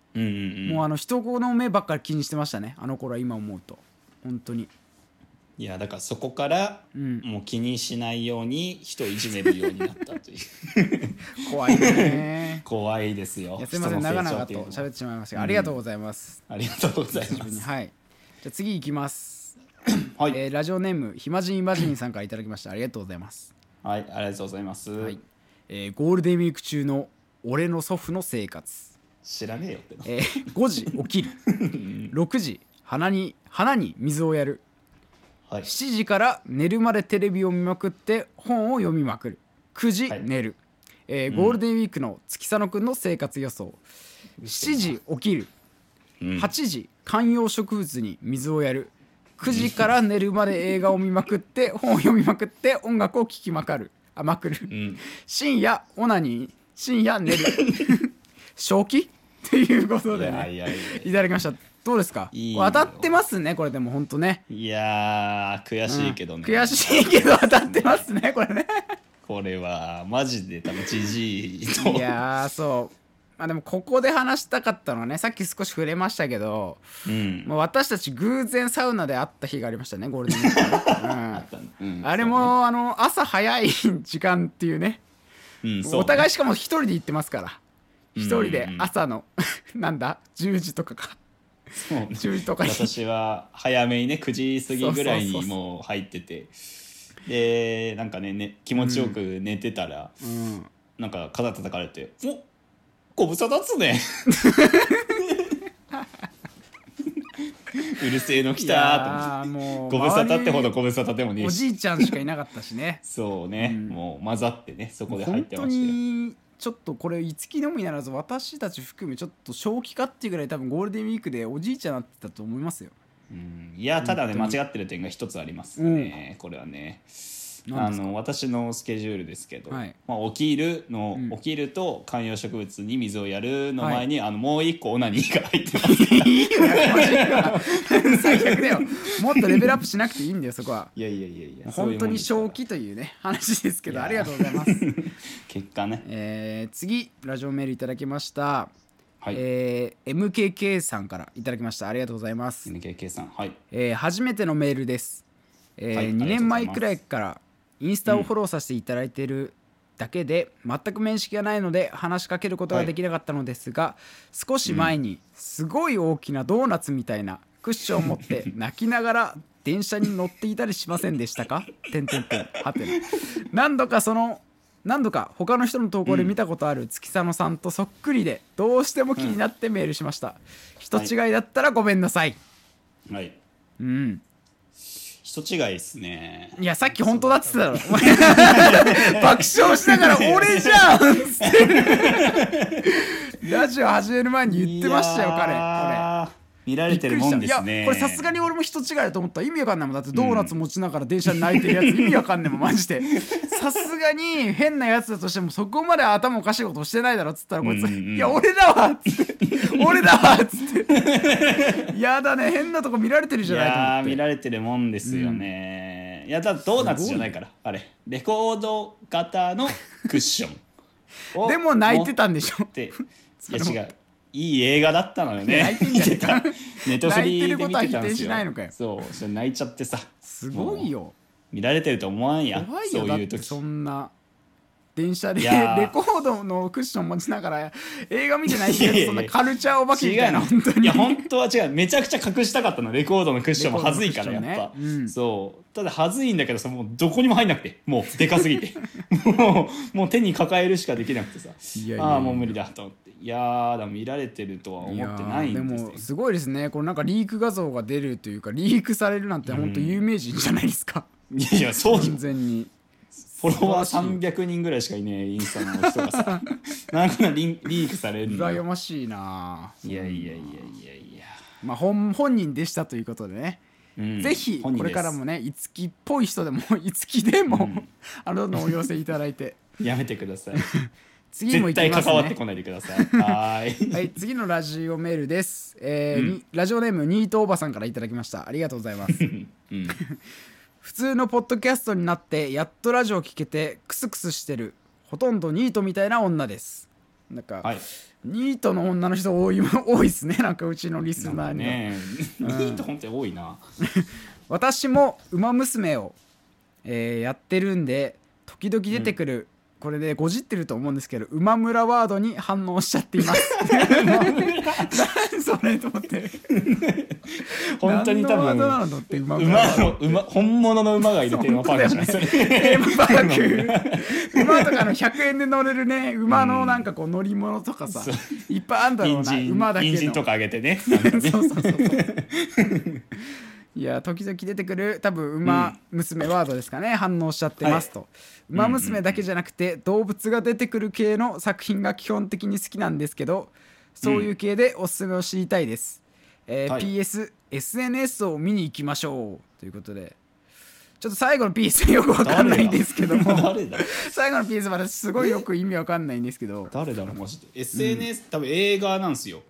うんうんうん、 もう人の目ばっかり気にしてましたね、あの頃は。今思うと本当に。 いやだからそこからもう気にしないように人をいじめるようになったという怖いね怖いですよ。 いやすいません、長々と喋ってしまいましたが、ありがとうございます。 ありがとうございます。 はい、じゃあ次いきます。 はい、 ラジオネームひまじんいまじんさんからいただきました。ありがとうございます。 はい、ありがとうございます。はい、 ゴールデンウィーク中の俺の祖父の生活。 知らねえよっての。 5時起きる6時花に水をやる、はい、7時から寝るまでテレビを見まくって本を読みまくる、9時寝る、ゴールデンウィークの月佐野くんの生活予想。7時起きる、8時観葉植物に水をやる、9時から寝るまで映画を見まくって本を読みまくって音楽を聴きまくる、深夜オナニー、深夜寝る正気ということで、ね、いただきました。どうですか？当たってますねこれ。でも本当ね、 いや悔しいけどね、 悔しいけど当たってますねこれねこれはマジで多分ジジイと。 いやそう、まあでもここで話したかったのはね、さっき少し触れましたけど、まあ、私たち偶然サウナで会った日がありましたね、ゴールデンウィーク、あれも朝早い時間っていうね、お互いしかも一人で行ってますから、一人で朝のなんだ10時とかか、 そう10時とかに私は早めにね9時過ぎぐらいにもう入ってて、でなんかね気持ちよく寝てたら、なんか肩叩かれて「おご無沙汰っすね」うるせえの来たと思って、ご無沙汰ってほどご無沙汰でもねえし、 おじいちゃんしかいなかったしねそうね、もう混ざってねそこで入ってましたよ。 ちょっとこれ五木のみならず私たち含めちょっと正気かっていうぐらい多分ゴールデンウィークでおじいちゃんになってたと思いますよ。 いやただね間違ってる点が一つありますね、これはね。私のスケジュールですけど、まあ、起きると観葉植物に水をやるの前に、もう一個オナニーが入ってます。いいよ最悪だよ。もっとレベルアップしなくていいんだよそこは。 いや本当に正気というね話ですけど、ありがとうございます結果ね。次ラジオメールいただきました。MKK さんからいただきました。ありがとうございます。 MKK さん、はい、 初めてのメールです。2年前くらいからインスタをフォローさせていただいているだけで、全く面識がないので話しかけることができなかったのですが、少し前にすごい大きなドーナツみたいなクッションを持って泣きながら電車に乗っていたりしませんでしたか？はてな。何度か他の人の投稿で見たことある月佐野さんとそっくりで、どうしても気になってメールしました。人違いだったらごめんなさい。 はい、人違いですね。 いやさっき本当だって言ってたろ爆笑しながら俺じゃんラジオ始める前に言ってましたよ彼。これ見られてるもんですね。 いやこれさすがに俺も人違いだと思ったら意味わかんないもん。だってドーナツ持ちながら電車に泣いてるやつ、意味わかんないもんマジで。さすがに変なやつだとしてもそこまで頭おかしいことしてないだろっつったらこいつ、いや俺だわっつって俺だわっつってやだね、変なとこ見られてるじゃないと思って。 いや見られてるもんですよね。いやだドーナツじゃないから、あれレコード型のクッションでも泣いてたんでしょっていや違う、いい映画だったのよね。 泣いてんじゃねえかネットフリーで見てたんですよ。 そうそれ泣いちゃってさ、 すごいよ。 見られてると思わんや。 怖いよ。 そういう時だってそんな電車でレコードのクッション持ちながら映画見てないけど、そんなカルチャーお化けみたいな。本当にいや本当は違う、めちゃくちゃ隠したかったの。レコードのクッションもはずいからやっぱ、そうただはずいんだけどさ、もうどこにも入んなくて、もうでかすぎてもう手に抱えるしかできなくてさ、もう無理だと思って。いやだ見られてるとは思ってないんですよ。 でもすごいですね。これなんかリーク画像が出るというかリークされるなんて本当有名人じゃないですか。 いやそう完全にフォロワー300人ぐらいしかいねえインスタの人がさなんかリークされるの。 羨ましいな。 いやまあ本人でしたということでね、ぜひこれからもねいつきっぽい人でもいつきでも、どんどんお寄せいただいてやめてください次も行きますね。 絶対関わってこないでくださいはい、 次のラジオメールです。ラジオネームニートおばさんからいただきました。ありがとうございます普通のポッドキャストになってやっとラジオ聞けてクスクスしてるほとんどニートみたいな女です。 なんか、 はい、 ニートの女の人多いですね、なんかうちのリスナーにはね、ニート本当に多いな。 私もウマ娘を、やってるんで時々出てくる、これでごじってると思うんですけど、ウマ村ワードに反応しちゃっています何それと思って本当に多分何のワードなのって本物の馬がいるテーマパークじゃないですか、 テーマパーク馬とかの100円で乗れるね、馬のなんかこう乗り物とかさ、いっぱいあるんだろうな、馬だけの人参とかあげてねそういや時々出てくる多分馬娘ワードですかね、反応しちゃってますと、馬娘だけじゃなくて動物が出てくる系の作品が基本的に好きなんですけど、そういう系でおすすめを知りたいです、PS SNS を見に行きましょうということで、ちょっと最後の PS よくわかんないんですけども最後の PS 私すごいよく意味わかんないんですけど、 誰だろうマジで SNS、多分映画なんですよ。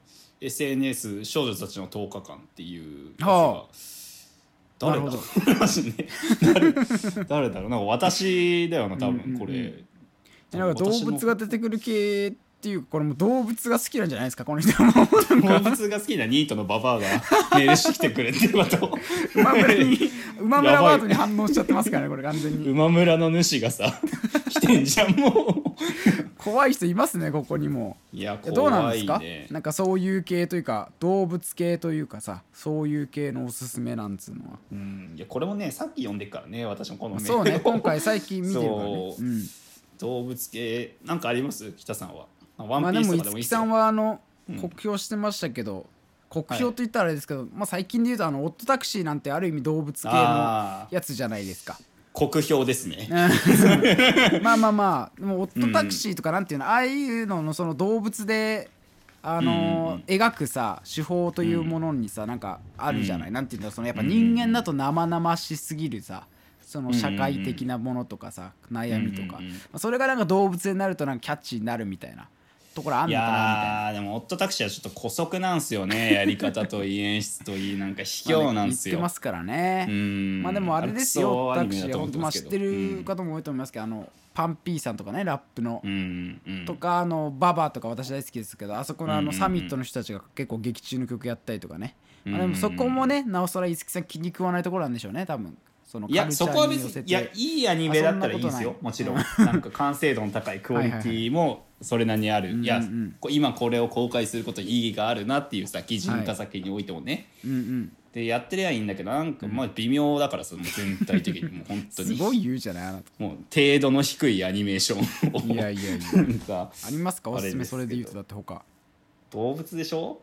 SNS 少女たちの10日間っていうやつが、誰だろうマジで誰だろう、なんか私だよな多分これ、 なんか動物が出てくる系っていうか、これも動物が好きなんじゃないですかこの人も動物が好きなニートのババアがメールしてきてくれっていうこと馬村ワードに反応しちゃってますからねこれ完全に。 馬村の主がさ来てんじゃんもう怖い人いますねここにも。 いや怖いね。 どうなんですか、なんかそういう系というか動物系というかさ、そういう系のおすすめなんつうのは。 いやこれもねさっき読んでっからね、私もこのメールそうね、今回最近見てるからね。 動物系なんかあります？北さんは。ワンピースとかでもいいですよ。でも五木さんは酷評してましたけど、酷評と言ったらあれですけど、最近で言うとオットタクシーなんてある意味動物系のやつじゃないですか。 酷評ですねまあでもオットタクシーとかなんていうの、ああいうののその動物で描くさ手法というものにさ、なんかあるじゃない、なんていうんだ、そのやっぱ人間だと生々しすぎるさ、その社会的なものとかさ、悩みとか、それがなんか動物になるとなんかキャッチーになるみたいなところあんのかなみたいな。 いやでもオットタクシーはちょっと姑息なんすよねやり方といい演出といい、なんか卑怯なんすよ。 言ってますからね。でもあれですよ、オットタクシーは本当知ってる方も多いと思いますけど、パンピーさんとかね、ラップの、とかババとか私大好きですけど、あそこのサミットの人たちが結構劇中の曲やったりとかね、でもそこもねなおさら五木さん気に食わないところなんでしょうね多分。 いやそこは別にいいアニメだったらいいですよ、もちろんなんか完成度の高いクオリティもそれなりにある、いや今これを公開することに意義があるなっていうさ擬人化作品においてもね、でやってりゃいいんだけど、なんか微妙だからさ、もう全体的にもう本当にすごい言うじゃないあなた。 もう程度の低いアニメーションをいやなんかありますかおすすめ。それで言うとだって他動物でしょ、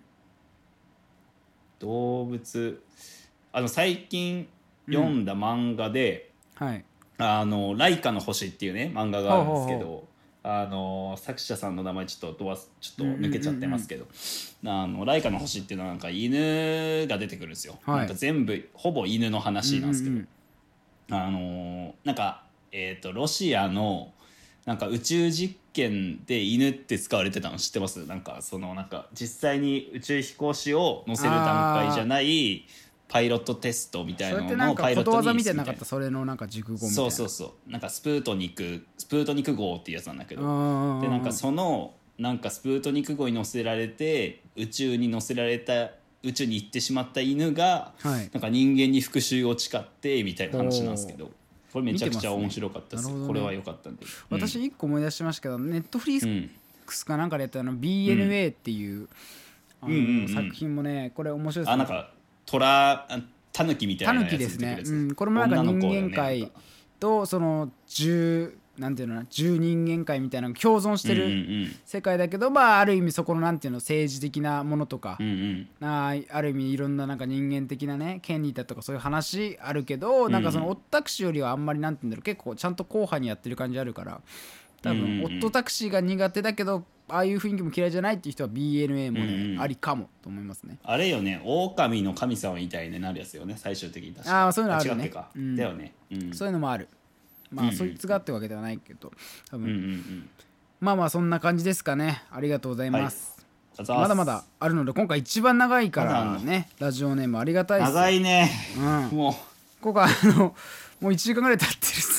動物最近読んだ漫画で、ライカの星っていうね漫画があるんですけど、作者さんの名前ちょっと抜けちゃってますけど、ライカの星っていうのはなんか犬が出てくるんですよ、なんか全部ほぼ犬の話なんですけど、なんかロシアのなんか宇宙実験で犬って使われてたの知ってます？なんかなんか実際に宇宙飛行士を乗せる段階じゃないパイロットテストみたいなののパイロットにことわざみたいななかった？それのなんか熟語みたいな。 そうなんかスプートニク号っていうやつなんだけど、でなんかなんかスプートニク号に乗せられて宇宙に行ってしまった犬が、なんか人間に復讐を誓ってみたいな話なんですけど、これめちゃくちゃ面白かったです。これは良かったんで。 私一個思い出しましたけど、ネットフリックスかなんかでやったBNA っていう作品もね、これ面白いですね。 なんかタヌキみたいなやつ出てくるやつですね。これもなんか人間界とそのなんていうのな10人間界みたいなのが共存してる世界だけど、ある意味そこのなんていうの政治的なものとか、ある意味いろんななんか人間的なね権利だとかそういう話あるけど、なんかそのオットタクシーよりはあんまりなんていうんだろう、結構ちゃんと硬派にやってる感じあるから、多分オットタクシーが苦手だけどああいう雰囲気も嫌いじゃないっていう人は BNA もね、ありかもと思いますね。 あれよね、狼の神様みたいになるやつよね最終的に。確かそういうのあるね。 だよね、 そういうのもある。そいつがってわけではないけど多分、まあそんな感じですかね。ありがとうございます、まだまだあるので今回一番長いからね、ラジオネームありがたいです。 長いね、 もう今回もう1時間ぐらい経ってるっす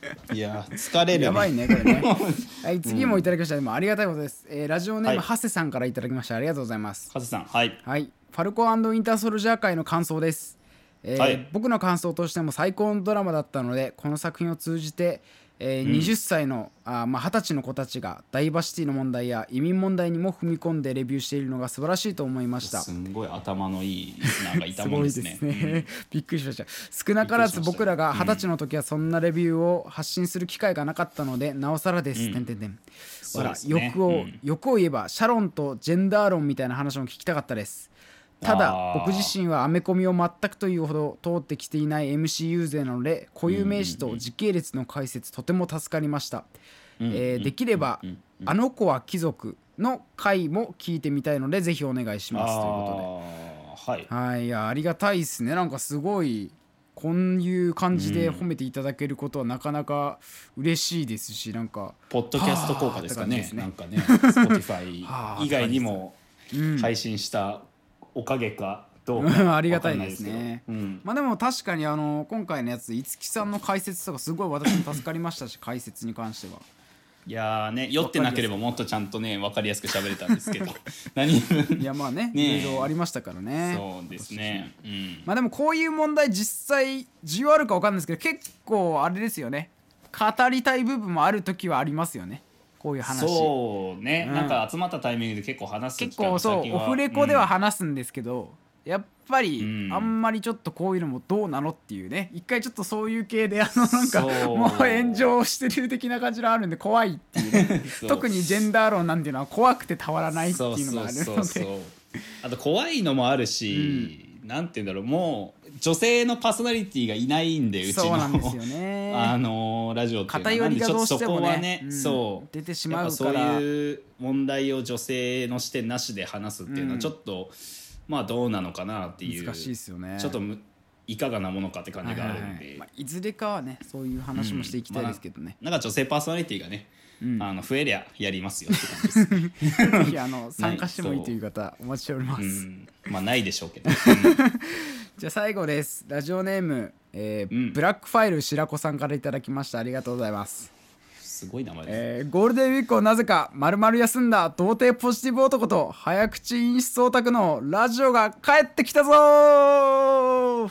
いや疲れるね。 やばいねこれね。はい、次もいただきました。でもありがたいことです。ラジオネーム、 はいハセさんからいただきました。ありがとうございます。 カズさん、はい。 はい、ファルコン&ウィンターソルジャー界の感想です。 はい僕の感想としても最高のドラマだったので、この作品を通じて、20歳の20歳の子たちがダイバーシティの問題や移民問題にも踏み込んでレビューしているのが素晴らしいと思いました。 すんごい頭のいいリスナーがいたもんですね。 すごいですねびっくりしました。少なからず僕らが20歳の時はそんなレビューを発信する機会がなかったので、なおさらです。ほら、欲を言えばシャロンとジェンダー論みたいな話も聞きたかったです。ただ僕自身はアメコミを全くというほど通ってきていない MCU 勢なので、固有名詞と時系列の解説とても助かりました。できればあの子は貴族の回も聞いてみたいのでぜひお願いしますということで、はい、いやありがたいですね。なんかすごいこういう感じで褒めていただけることはなかなか嬉しいですし、なんかポッドキャスト効果ですかね。なんかね、Spotify 以外にも配信したおかげかどうかありがたいですね。まあでも確かに今回のやつ、五木さんの解説とかすごい私も助かりましたし、解説に関しては。 いやーね、酔ってなければもっとちゃんとね分かりやすく喋れたんですけど何分いやまあね、いろいろありましたからね。 そうですね、 まあでもこういう問題実際需要あるか分かんないですけど、結構あれですよね、語りたい部分もある時はありますよね、こういう話。 そうね、なんか集まったタイミングで結構話す機会結構そうオフレコでは話すんですけど、やっぱりあんまりちょっとこういうのもどうなのっていうね、一回ちょっとそういう系でなんかもう炎上してる的な感じのあるんで怖いっていうね特にジェンダー論なんていうのは怖くてたまらないっていうのがあるので、 あと怖いのもあるし、なんていうんだろう、もう女性のパーソナリティがいないんで、うちのそうなんですよねラジオっていうのは偏りがどうしてもね、 そう出てしまうから、 そういう問題を女性の視点なしで話すっていうのはちょっと、まあどうなのかなっていう、 難しいですよね。 ちょっといかがなものかって感じがあるんで、 いずれかはねそういう話もしていきたいですけどね、 なんか女性パーソナリティがね、増えりゃやりますよって感じですぜひ参加してもいいという方お待ちしております。 まあないでしょうけどじゃあ最後です。ラジオネーム、ブラックファイル白子さんからいただきました。ありがとうございます。 すごい名前です。 ゴールデンウィークをなぜか丸々休んだ童貞ポジティブ男と早口陰湿オタクのラジオが帰ってきたぞー。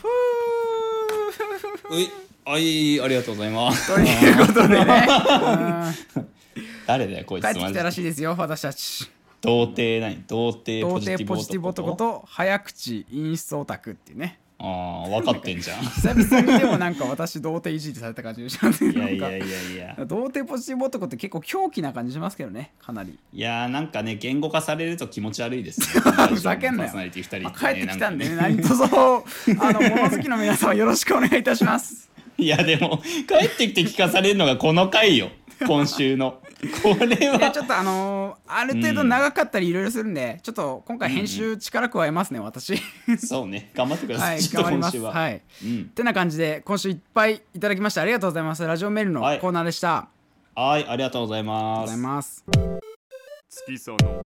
ありがとうございます。 ということでね誰だよこいつ。 帰ってきたらしいですよ、私たち。 童貞ポジティブ男と早口陰湿オタクっていうね。 分かってんじゃん久々にでもなんか私童貞いじってされた感じがしたんで、 いや童貞ポジティブ男って結構狂気な感じしますけどね、かなり。 いやなんかね、言語化されると気持ち悪いですねふざけんなよ。帰ってきたんでね、何卒物好きの皆様よろしくお願いいたしますいやでも帰ってきて聞かされるのがこの回よ今週のこれは。 いやちょっとある程度長かったりいろいろするんで、ちょっと今回編集力加えますね、私そうね、頑張ってください。 はい、頑張ります。はい、ってな感じで今週いっぱいいただきましてありがとうございます。ラジオメールのコーナーでした。 はい、ありがとうございます。 月佐の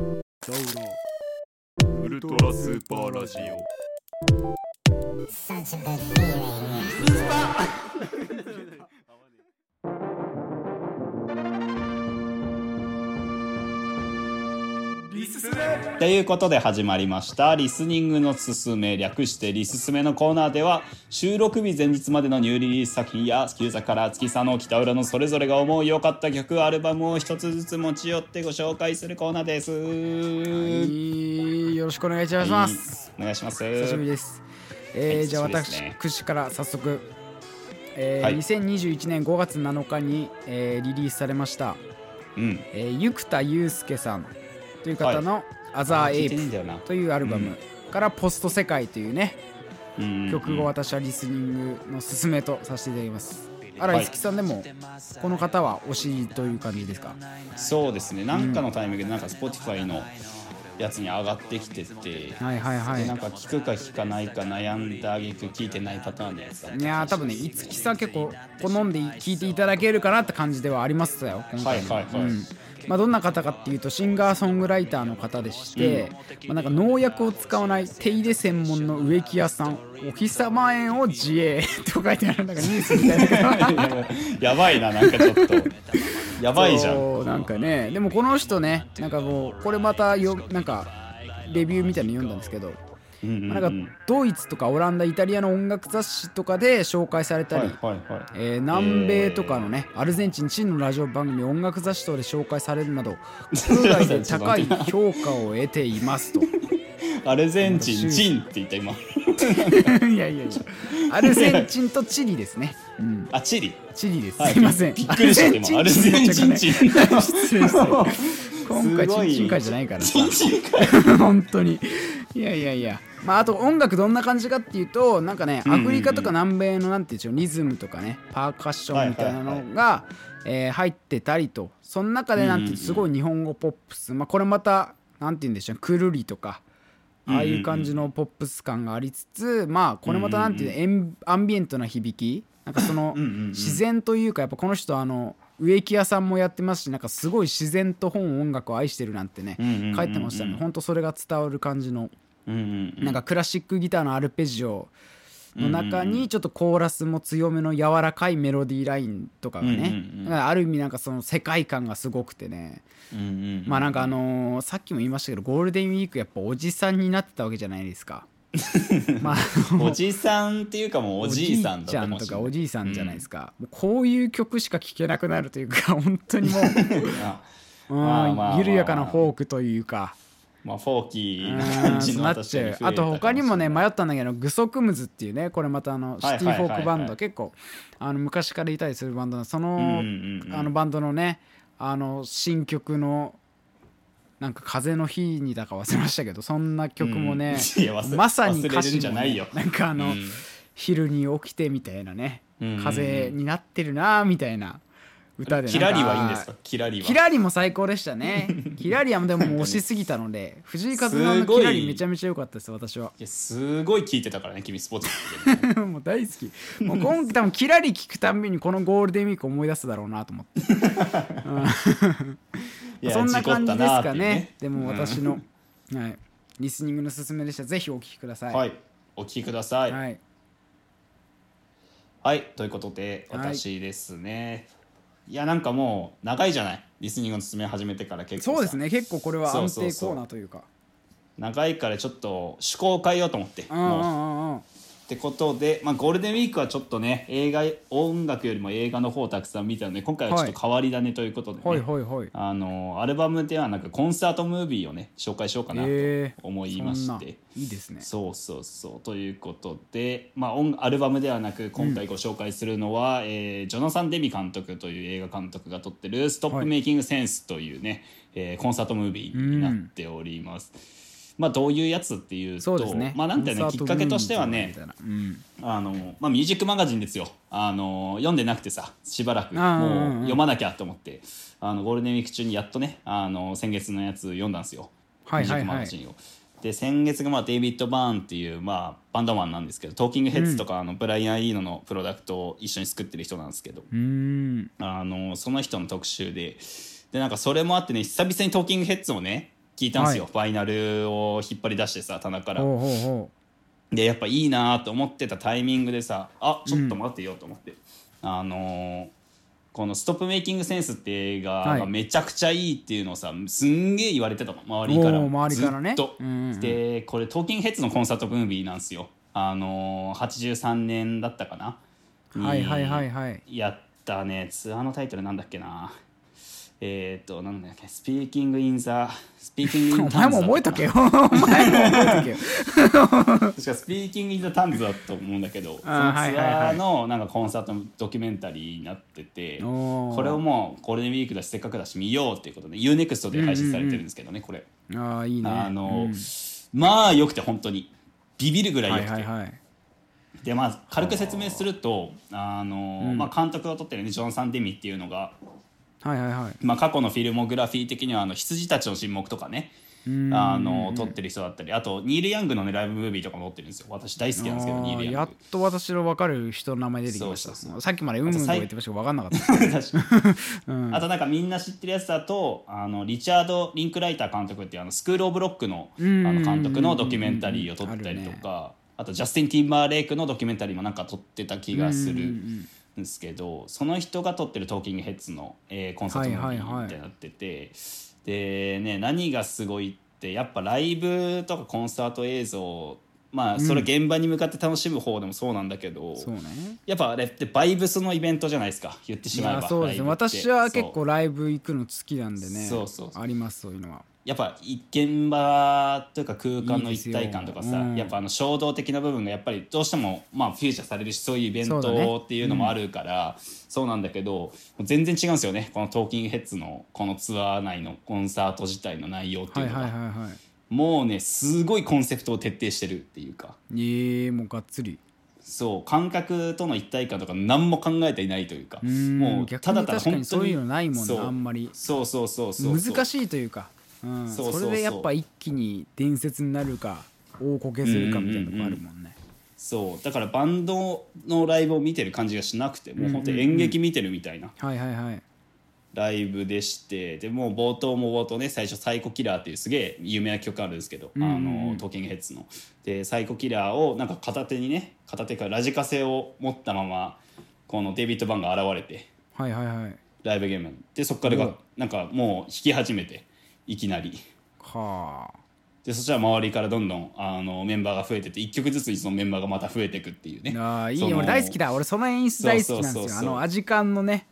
ウルトラスーパーラジオ。 ということで始まりましたリスニングのすすめ、略してリススメのコーナーでは、収録日前日までのニューリリース作品や旧作から月佐の北浦のそれぞれが思う良かった曲、アルバムを一つずつ持ち寄ってご紹介するコーナーです。 よろしくお願いします。 お願いします。 久しぶりです。じゃあ私から早速、2021年5月7日に、リリースされました、生田祐介さんという方のアザーエイプというアルバムからポスト世界というね、曲を私はリスニングの勧めとさせていただきます。五木さんでもこの方は推しという感じですか？ そうですね、なんかのタイミングでなんか Spotify のやつに上がってきてて、なんか聞くか聞かないか悩んだ挙句聞いてないパターンのやつだった。 いや多分ね、五木さん結構好んで聞いていただけるかなって感じではありますよ今回。 どんな方かっていうとシンガーソングライターの方でして、なんか農薬を使わない手入れ専門の植木屋さん、お日様園を自営と書いてある、なんかニュースみたいなやばいな、なんかちょっとやばいじゃん。 なんかね、でもこの人ね、なんかこうこれまたなんかレビューみたいなの読んだんですけど、なんかドイツとかオランダ、イタリアの音楽雑誌とかで紹介されたり、南米とかのね、アルゼンチン、チリのラジオ番組、音楽雑誌等で紹介されるなど国外で高い評価を得ていますとアルゼンチン、チンって言った今いやアルゼンチンとチリですね、 あ、チリです、すいません、 びっくりした今、アルゼンチンチン失礼して今回チンチン会じゃないからさ本当にいや、あと音楽どんな感じかっていうと、なんかね、アフリカとか南米のなんていうんでしょう、リズムとかね、パーカッションみたいなのが入ってたりと、その中でなんてすごい日本語ポップス、これまたなんていうんでしょう、くるりとかああいう感じのポップス感がありつつ、これまたなんていうアンビエントな響き、なんかその自然というか、やっぱこの人植木屋さんもやってますし、なんかすごい自然と音楽を愛してるなんてね書いてましたね。本当それが伝わる感じの、なんかクラシックギターのアルペジオの中にちょっとコーラスも強めの柔らかいメロディーラインとかがね、ある意味なんかその世界観がすごくてね、なんかさっきも言いましたけど、ゴールデンウィークやっぱおじさんになってたわけじゃないですかおじさんっていうかもうおじいさんだったかもしれない、 おじいちゃんとかおじいさんじゃないですか、もうこういう曲しか聴けなくなるというか、本当にもう緩やかなフォークというか、 フォーキーな感じのなっちゃう。あと他にもね迷ったんだけど、グソクムズっていうね、これまたシティフォークバンド、結構昔からいたりするバンドの、そのバンドのね、新曲のなんか風の日にだか忘れましたけど、そんな曲もね、まさに歌詞もね、なんか昼に起きてみたいなね、風になってるなみたいな歌で、 キラリはいいんですか？キラリも最高でしたねキラリはでも推しすぎたので藤井風のキラリめちゃめちゃ良かったです、私は。 いや、すごい聴いてたからね、君スポーツでもう大好き、もう今回多分キラリ聴くたんびにこのゴールデンウィーク思い出すだろうなと思ってそんな感じですかね。でも私の、リスニングのすすめでした。ぜひお聴きください。 はい、お聴きください。はい、ということで私ですね、いや、なんかもう長いじゃない、リスニングのすすめ始めてから結構。 そうですね、結構これは安定コーナーというか、 長いからちょっと趣向を変えようと思って、もうってことで、ゴールデンウィークはちょっとね、音楽よりも映画の方をたくさん見たので、今回はちょっと変わり種ということでね、アルバムではなくコンサートムービーをね紹介しようかなと思いまして、 いいですね。 そうということで、アルバムではなく今回ご紹介するのは、ジョナサン・デミ監督という映画監督が撮ってる「ストップ・メイキング・センス」というね、コンサートムービーになっております。どういうやつっていうと、なんていうの、きっかけとしてはね、ミュージックマガジンですよ。読んでなくてさ、しばらくもう読まなきゃと思って、ゴールデンウィーク中にやっとね、先月のやつ読んだんですよ、ミュージックマガジンを。で、先月がデイビッド・バーンっていう、バンドマンなんですけど、トーキングヘッズとかブライアン・イーノのプロダクトを一緒に作ってる人なんですけど、その人の特集で、なんかそれもあってね、久々にトーキングヘッズをね聞いたんですよ、ファイナルを引っ張り出してさ、棚から。でやっぱいいなと思ってたタイミングでさ、ちょっと待ってよと思って、この「ストップ・メイキング・センス」って映画がめちゃくちゃいいっていうのをさ、すんげえ言われてたの、周りからね、 ずっと。でこれトーキングヘッズのコンサートムービーなんですよ。83年だったかなにやったね、ツアーのタイトルなんだっけな、なんだっけ、スピーキングインザお前も覚えとけよ確かスピーキングインザタンズだと思うんだけど、そのツアーのなんかコンサートのドキュメンタリーになってて、これをもうゴールデンウィークだしせっかくだし見ようっていうことで UNEXT で配信されてるんですけどね、これ。 いいね。 よくて本当にビビるぐらいよくて、で軽く説明すると、監督を撮ってるねジョン・サン・デミっていうのが、過去のフィルモグラフィー的には羊たちの沈黙とかね、 撮ってる人だったり、あとニール・ヤングの、ね、ライブムービーとかも撮ってるんですよ。私大好きなんですけど、ニール・ヤング。 やっと私の分かる人の名前出てきました。 そうさっきまでとか言ってましたけど分かんなかったあとなんかみんな知ってるやつだとリチャード・リンクライター監督っていうスクール・オブ・ロックの監督のドキュメンタリーを撮ったりとか、あとジャスティン・ティンバーレイクのドキュメンタリーもなんか撮ってた気がするんですけど、その人が撮ってるトーキングヘッズの、コンサートムービーみたいになってて、でね、何がすごいってやっぱライブとかコンサート映像、まあそれ現場に向かって楽しむ方でもそうなんだけど、 そうね、 やっぱあれってバイブスのイベントじゃないですか、言ってしまえば。 そうですね、私は結構ライブ行くの好きなんでね。 そうあります、そういうのは。 やっぱ現場というか空間の一体感とかさ、やっぱ衝動的な部分がやっぱりどうしてもまあフューチャーされるし、そういうイベントっていうのもあるからそうなんだけど、全然違うんですよね、このトーキングヘッズのこのツアー内のコンサート自体の内容っていうのが、もうねすごいコンセプトを徹底してるっていうか、 もうがっつりそう観客との一体感とか何も考えていないというか、 もうただただ本当にそういうのないもんね、あんまり。 そう難しいというか、それでやっぱ一気に伝説になるか大こけするかみたいなとこあるもんね。 そうだからバンドのライブを見てる感じがしなくて、もう本当に演劇見てるみたいなライブでして、でもう冒頭ね、最初サイコキラーっていうすげえ有名な曲あるんですけど、トーキングヘッズのでサイコキラーをなんか片手からラジカセを持ったままこのデイビッド・バンが現れて、ライブゲームでそこからがなんかもう弾き始めて、いきなりでそしたら周りからどんどんメンバーが増えてて、1曲ずつにそのメンバーがまた増えていくっていうね。 いいね、俺大好きだ。俺その演出大好きなんですよ。アジカンのね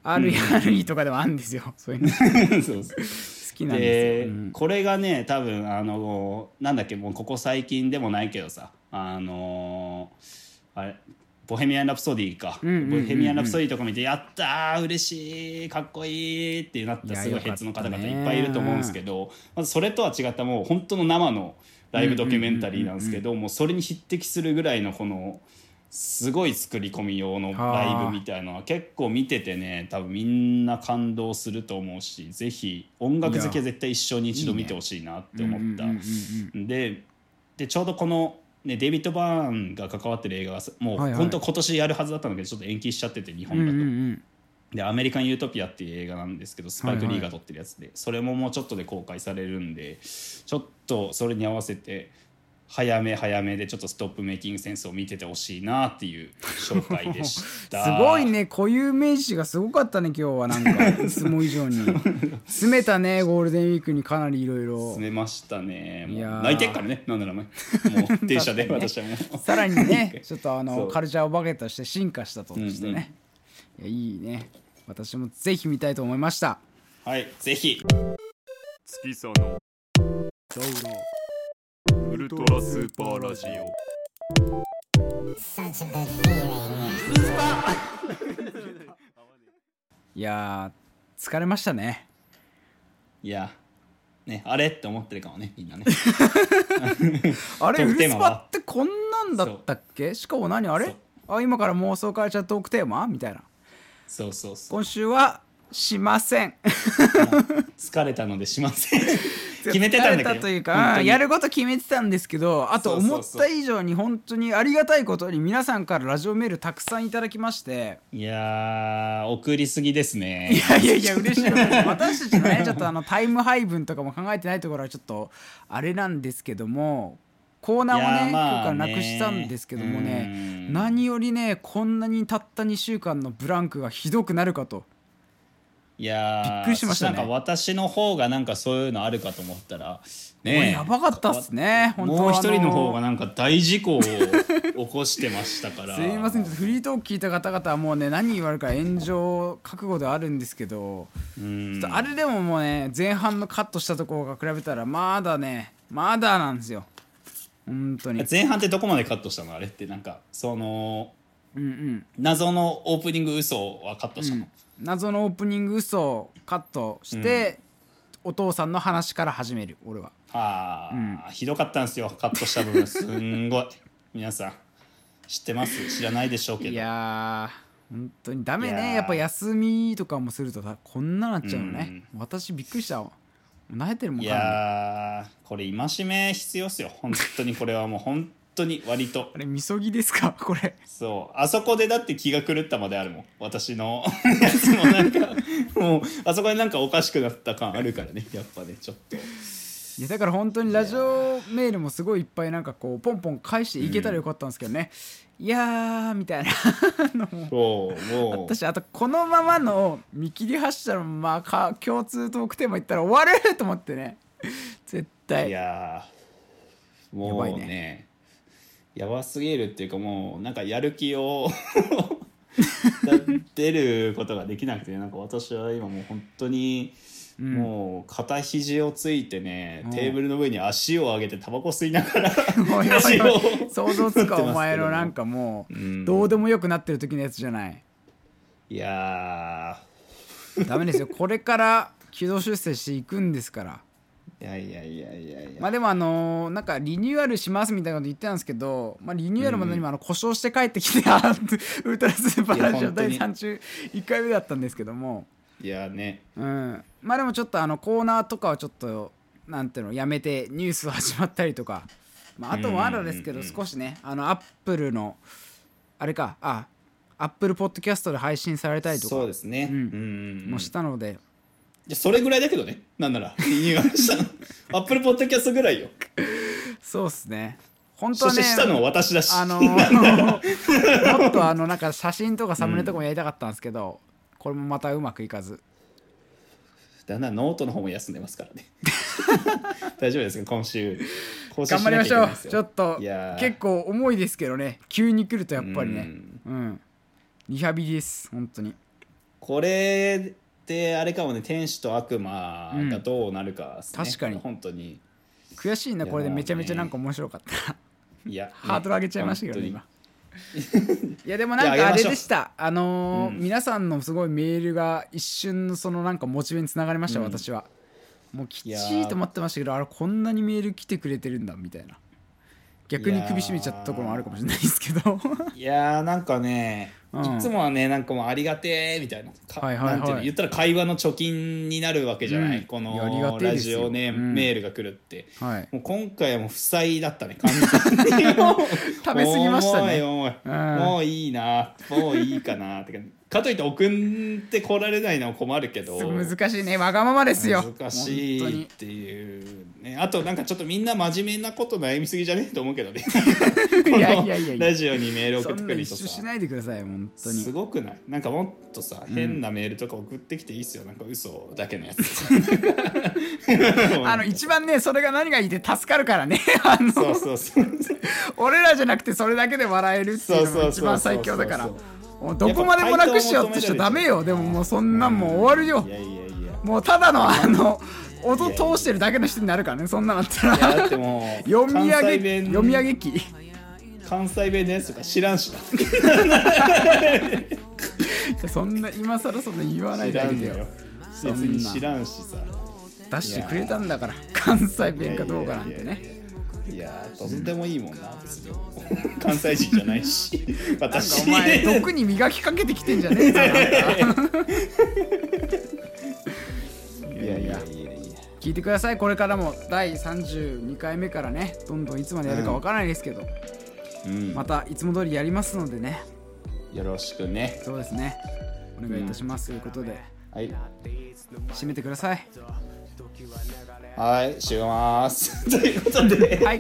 RE とかでもあるんですよ、そういうのそう好きなんですよ。 これがね多分なんだっけ、もうここ最近でもないけどさ、あれボヘミアン・ラプソディか、ボヘミアン・ラプソディとか見てやったー嬉しいかっこいいってなったすごいヘッズの方々いっぱいいると思うんですけど、まずそれとは違ったもう本当の生のライブドキュメンタリーなんですけど、もうそれに匹敵するぐらいのこのすごい作り込み用のライブみたいなのは結構見ててね、多分みんな感動すると思うし、ぜひ音楽好きは絶対一生に一度見てほしいなって思ったでちょうどこのね、デイビッド・バーンが関わってる映画がもう本当今年やるはずだったんだけどちょっと延期しちゃってて、日本だと、でアメリカン・ユートピアっていう映画なんですけど、スパイク・リーが撮ってるやつで、それももうちょっとで公開されるんで、ちょっとそれに合わせて早めでちょっとストップメイキングセンスを見ててほしいなっていう紹介でしたすごいね、固有名詞がすごかったね今日は。なんかいつも以上に詰めたね、ゴールデンウィークにかなりいろいろ詰めましたね。もう泣いてっからね、なんならもう電車で私はもうさらにねちょっとカルチャーをバケットして進化したとしてね、いいね、私もぜひ見たいと思いました。 はい、ぜひ。 月さのウルトラスーパーラジオ。 いや疲れましたね。 いやね、あれって思ってるかもね、みんなねあれウルスパってこんなんだったっけ。しかも何あれ、今から妄想カルチャートークテーマみたいな。 そう今週はしません疲れたのでしません決めてたんだけどというか、やること決めてたんですけど、あと思った以上に本当にありがたいことに皆さんからラジオメールたくさんいただきまして、 いや送りすぎですね。 いや嬉しい私たちのねちょっとタイム配分とかも考えてないところはちょっとあれなんですけども、コーナーをね今日からなくしたんですけどもね、何よりねこんなにたった2週間のブランクがひどくなるかと。 いやびっくりしましたね。 なんか私の方がなんかそういうのあるかと思ったらね、やばかったっすね。本当もう一人の方がなんか大事故を起こしてましたからすいません、フリートーク聞いた方々はもうね何言われるか炎上覚悟ではあるんですけど、あれでももうね前半のカットしたところが比べたらまだなんですよ本当に。 前半ってどこまでカットしたのあれって。なんかその謎のオープニング嘘はカットしたの、 謎のオープニング嘘をカットして、お父さんの話から始める俺は。 ひどかったんですよカットした部分すんごい皆さん知ってます？知らないでしょうけど。 いや本当にダメね。やっぱ休みとかもするとこんななっちゃうのね、私びっくりしたわ。 慣れてるもんいかな。 やーこれ戒め必要っすよ本当に。これはもう本当に割とあれみそぎですかこれ。 そうあそこでだって気が狂ったまであるもん私のやつもなんかもうあそこでなんかおかしくなった感あるからねやっぱねちょっと。 いやだから本当にラジオメールもすごいいっぱいなんかこうポンポン返していけたらよかったんですけどね、いやーみたいなのもそうもう私あとこのままの見切り発車のまあ共通トークテーマ言ったら終わると思ってね絶対。 いやもうやばいねやばすぎるっていうかもうなんかやる気を出ることができなくてなんか私は今もう本当にもう肩肘をついてね、テーブルの上に足を上げてタバコ吸いながらおいおいおい想像つかお前のなんかもう、 うんどうでもよくなってる時のやつじゃない。 いやダメですよこれから軌道修正していくんですから。 いやまあでもなんかリニューアルしますみたいなこと言ってたんですけど、まあ、リニューアルまでにも故障して帰ってきて、ウルトラスーパーラジオ第31回目だったんですけども、 いやねまあでもちょっとコーナーとかはちょっとなんていうのやめてニュース始まったりとか、まあ、あともあるんですけど少しねアップルのあれかアップルポッドキャストで配信されたりとかそうですねもしたので、 いやそれぐらいだけどねなんならリニューアルしたのアップルポッドキャストぐらいよ。 そうっすね本当はねそしてしたのは私だしもっとなんか写真とかサムネとかもやりたかったんですけど、これもまたうまくいかず。 だんだんノートの方も休んでますからね大丈夫ですか今週更新頑張りましょう。ちょっといや結構重いですけどね急に来るとやっぱりねリハビリです本当に。 これであれかもね天使と悪魔がどうなるかですね、 確かに本当に悔しいなこれでめちゃめちゃなんか面白かったいや、 ハードル上げちゃいましたけどね本今いやでもなんかあれでしたうん皆さんのすごいメールが一瞬のそのなんかモチベにつながりました、私はもうきっちりと思ってましたけどあれこんなにメール来てくれてるんだみたいな逆に首絞めちゃったところもあるかもしれないですけどいやーなんかね、 うんいつもはねなんかもうありがてーみたいな、 はいはいはいなんていうの言ったら会話の貯金になるわけじゃない、こいやありがのてえですよラジオね、メールが来るって、 はいもう今回はもう負債だったね完全にもう食べ過ぎましたね重いもういいなもういいかなってかといって送って来られないのは困るけど難しいねわがままですよ難しいっていうね。あとなんかちょっとみんな真面目なこと悩みすぎじゃねえと思うけどねいやいやいやいやラジオにメール送ってくる人そんな一緒しさないでください本当にすごくないなんかもっとさ、変なメールとか送ってきていいっすよなんか嘘だけのやつ一番ねそれが何がいいって助かるからねそうそうそう俺らじゃなくてそれだけで笑えるっていうのが一番最強だからもうどこまでもなくしようとしちゃダメよ。でももうそんなんもう終わるよ。 いやもうただの音通してるだけの人になるからねそんなのあったらだってもう読み上げ機関西弁のやつとか知らんしなそんな今更そんな言わないであげてよ。 別に知らんしさ出してくれたんだから関西弁かどうかなんてね。 いやどうでもいいもんな別に関西人じゃないし私なんかお前毒に磨きかけてきてんじゃねえぞいやいや聞いてください。これからも第32回目からねどんどんいつまでやるかわからないですけど、またいつも通りやりますのでねよろしくね。 そうですねお願いいたします、ということではい締めてください。 はい締めますということではい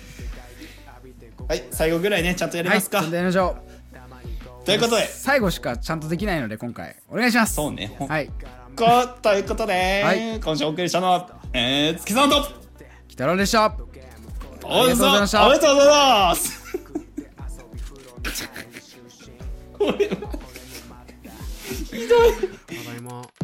はい最後ぐらいねちゃんとやりますか、 はい、ちゃんとやりましょうということで最後しかちゃんとできないので今回お願いします。 そうねはいということで、今週お送りしたのは月さんと北郎でした。 ありがとうございました。ありがとうございますこれはひどい。 ただいま。